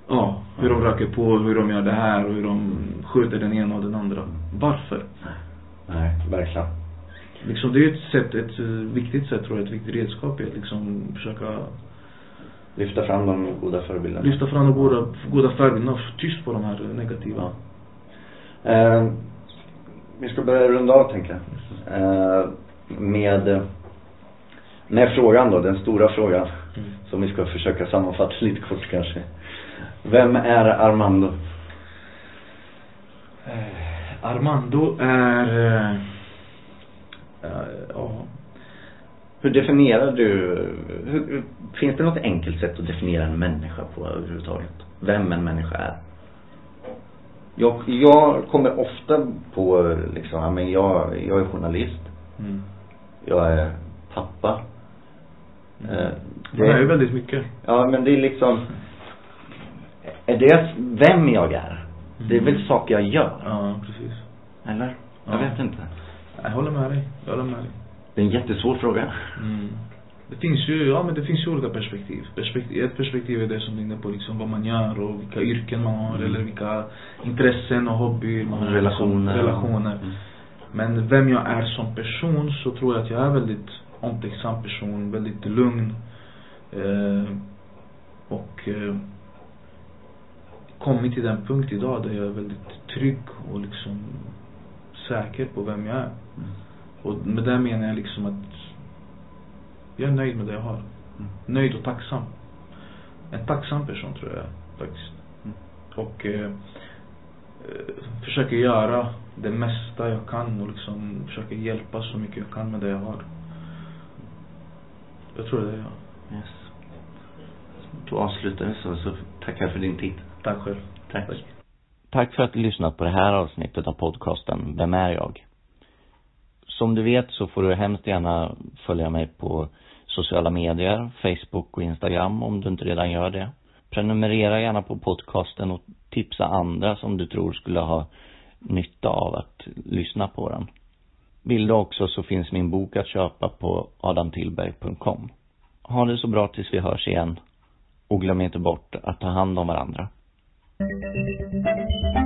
Ja, hur de röker på, hur de gör det här och hur de skjuter den ena och den andra. Varför? Nej, verkligen. Liksom det är ett sätt, ett viktigt sätt tror jag, ett viktigt redskap är att liksom försöka lyfta fram de goda förebilderna. Lyfta fram de goda, goda förebilderna, tyst på de här negativa. Ja. Eh, vi ska börja runda av, tänker jag. Eh, med med frågan då, den stora frågan mm. som vi ska försöka sammanfatta lite kort kanske. Vem är Armando? Eh, Armando är eh, eh, ja. Hur definierar du hur, finns det något enkelt sätt att definiera en människa på överhuvudtaget? Vem en människa är? Jag, jag kommer ofta på liksom, men jag, jag är journalist. Mm. Jag är pappa. Mm. Eh, det, det är ju väldigt mycket. Ja, men det är liksom, är det vem jag är? Mm. Det är väl saker jag gör. Ja, precis. Eller? Ja. Jag vet inte. Jag håller med dig. Jag håller med dig. Det är en jättesvår fråga. Mm. Det finns ju, ja men det finns ju olika perspektiv. perspektiv. Ett perspektiv är det som är inne på liksom vad man gör och vilka yrken man har mm. eller vilka intressen och hobbyer man har. Relationer. Relationer. Mm. Men vem jag är som person, så tror jag att jag är väldigt omtänksam person, väldigt lugn. Eh, och eh, kommit till den punkt idag där jag är väldigt trygg och liksom säker på vem jag är. Mm. Och med det menar jag liksom att jag är nöjd med det jag har. Mm. Nöjd och tacksam. En tacksam person tror jag faktiskt. Mm. Och eh, försöker göra det mesta jag kan och liksom försöker hjälpa så mycket jag kan med det jag har. Jag tror det är jag. Yes. Då avslutar vi så, så tackar för din tid. Tack själv. Tack. Tack. Tack för att du lyssnat på det här avsnittet av podcasten Vem är jag? Som du vet så får du hemskt gärna följa mig på sociala medier, Facebook och Instagram om du inte redan gör det. Prenumerera gärna på podcasten och tipsa andra som du tror skulle ha nytta av att lyssna på den. Vill du också så finns min bok att köpa på adam tillberg punkt com. Ha det så bra tills vi hörs igen och glöm inte bort att ta hand om varandra.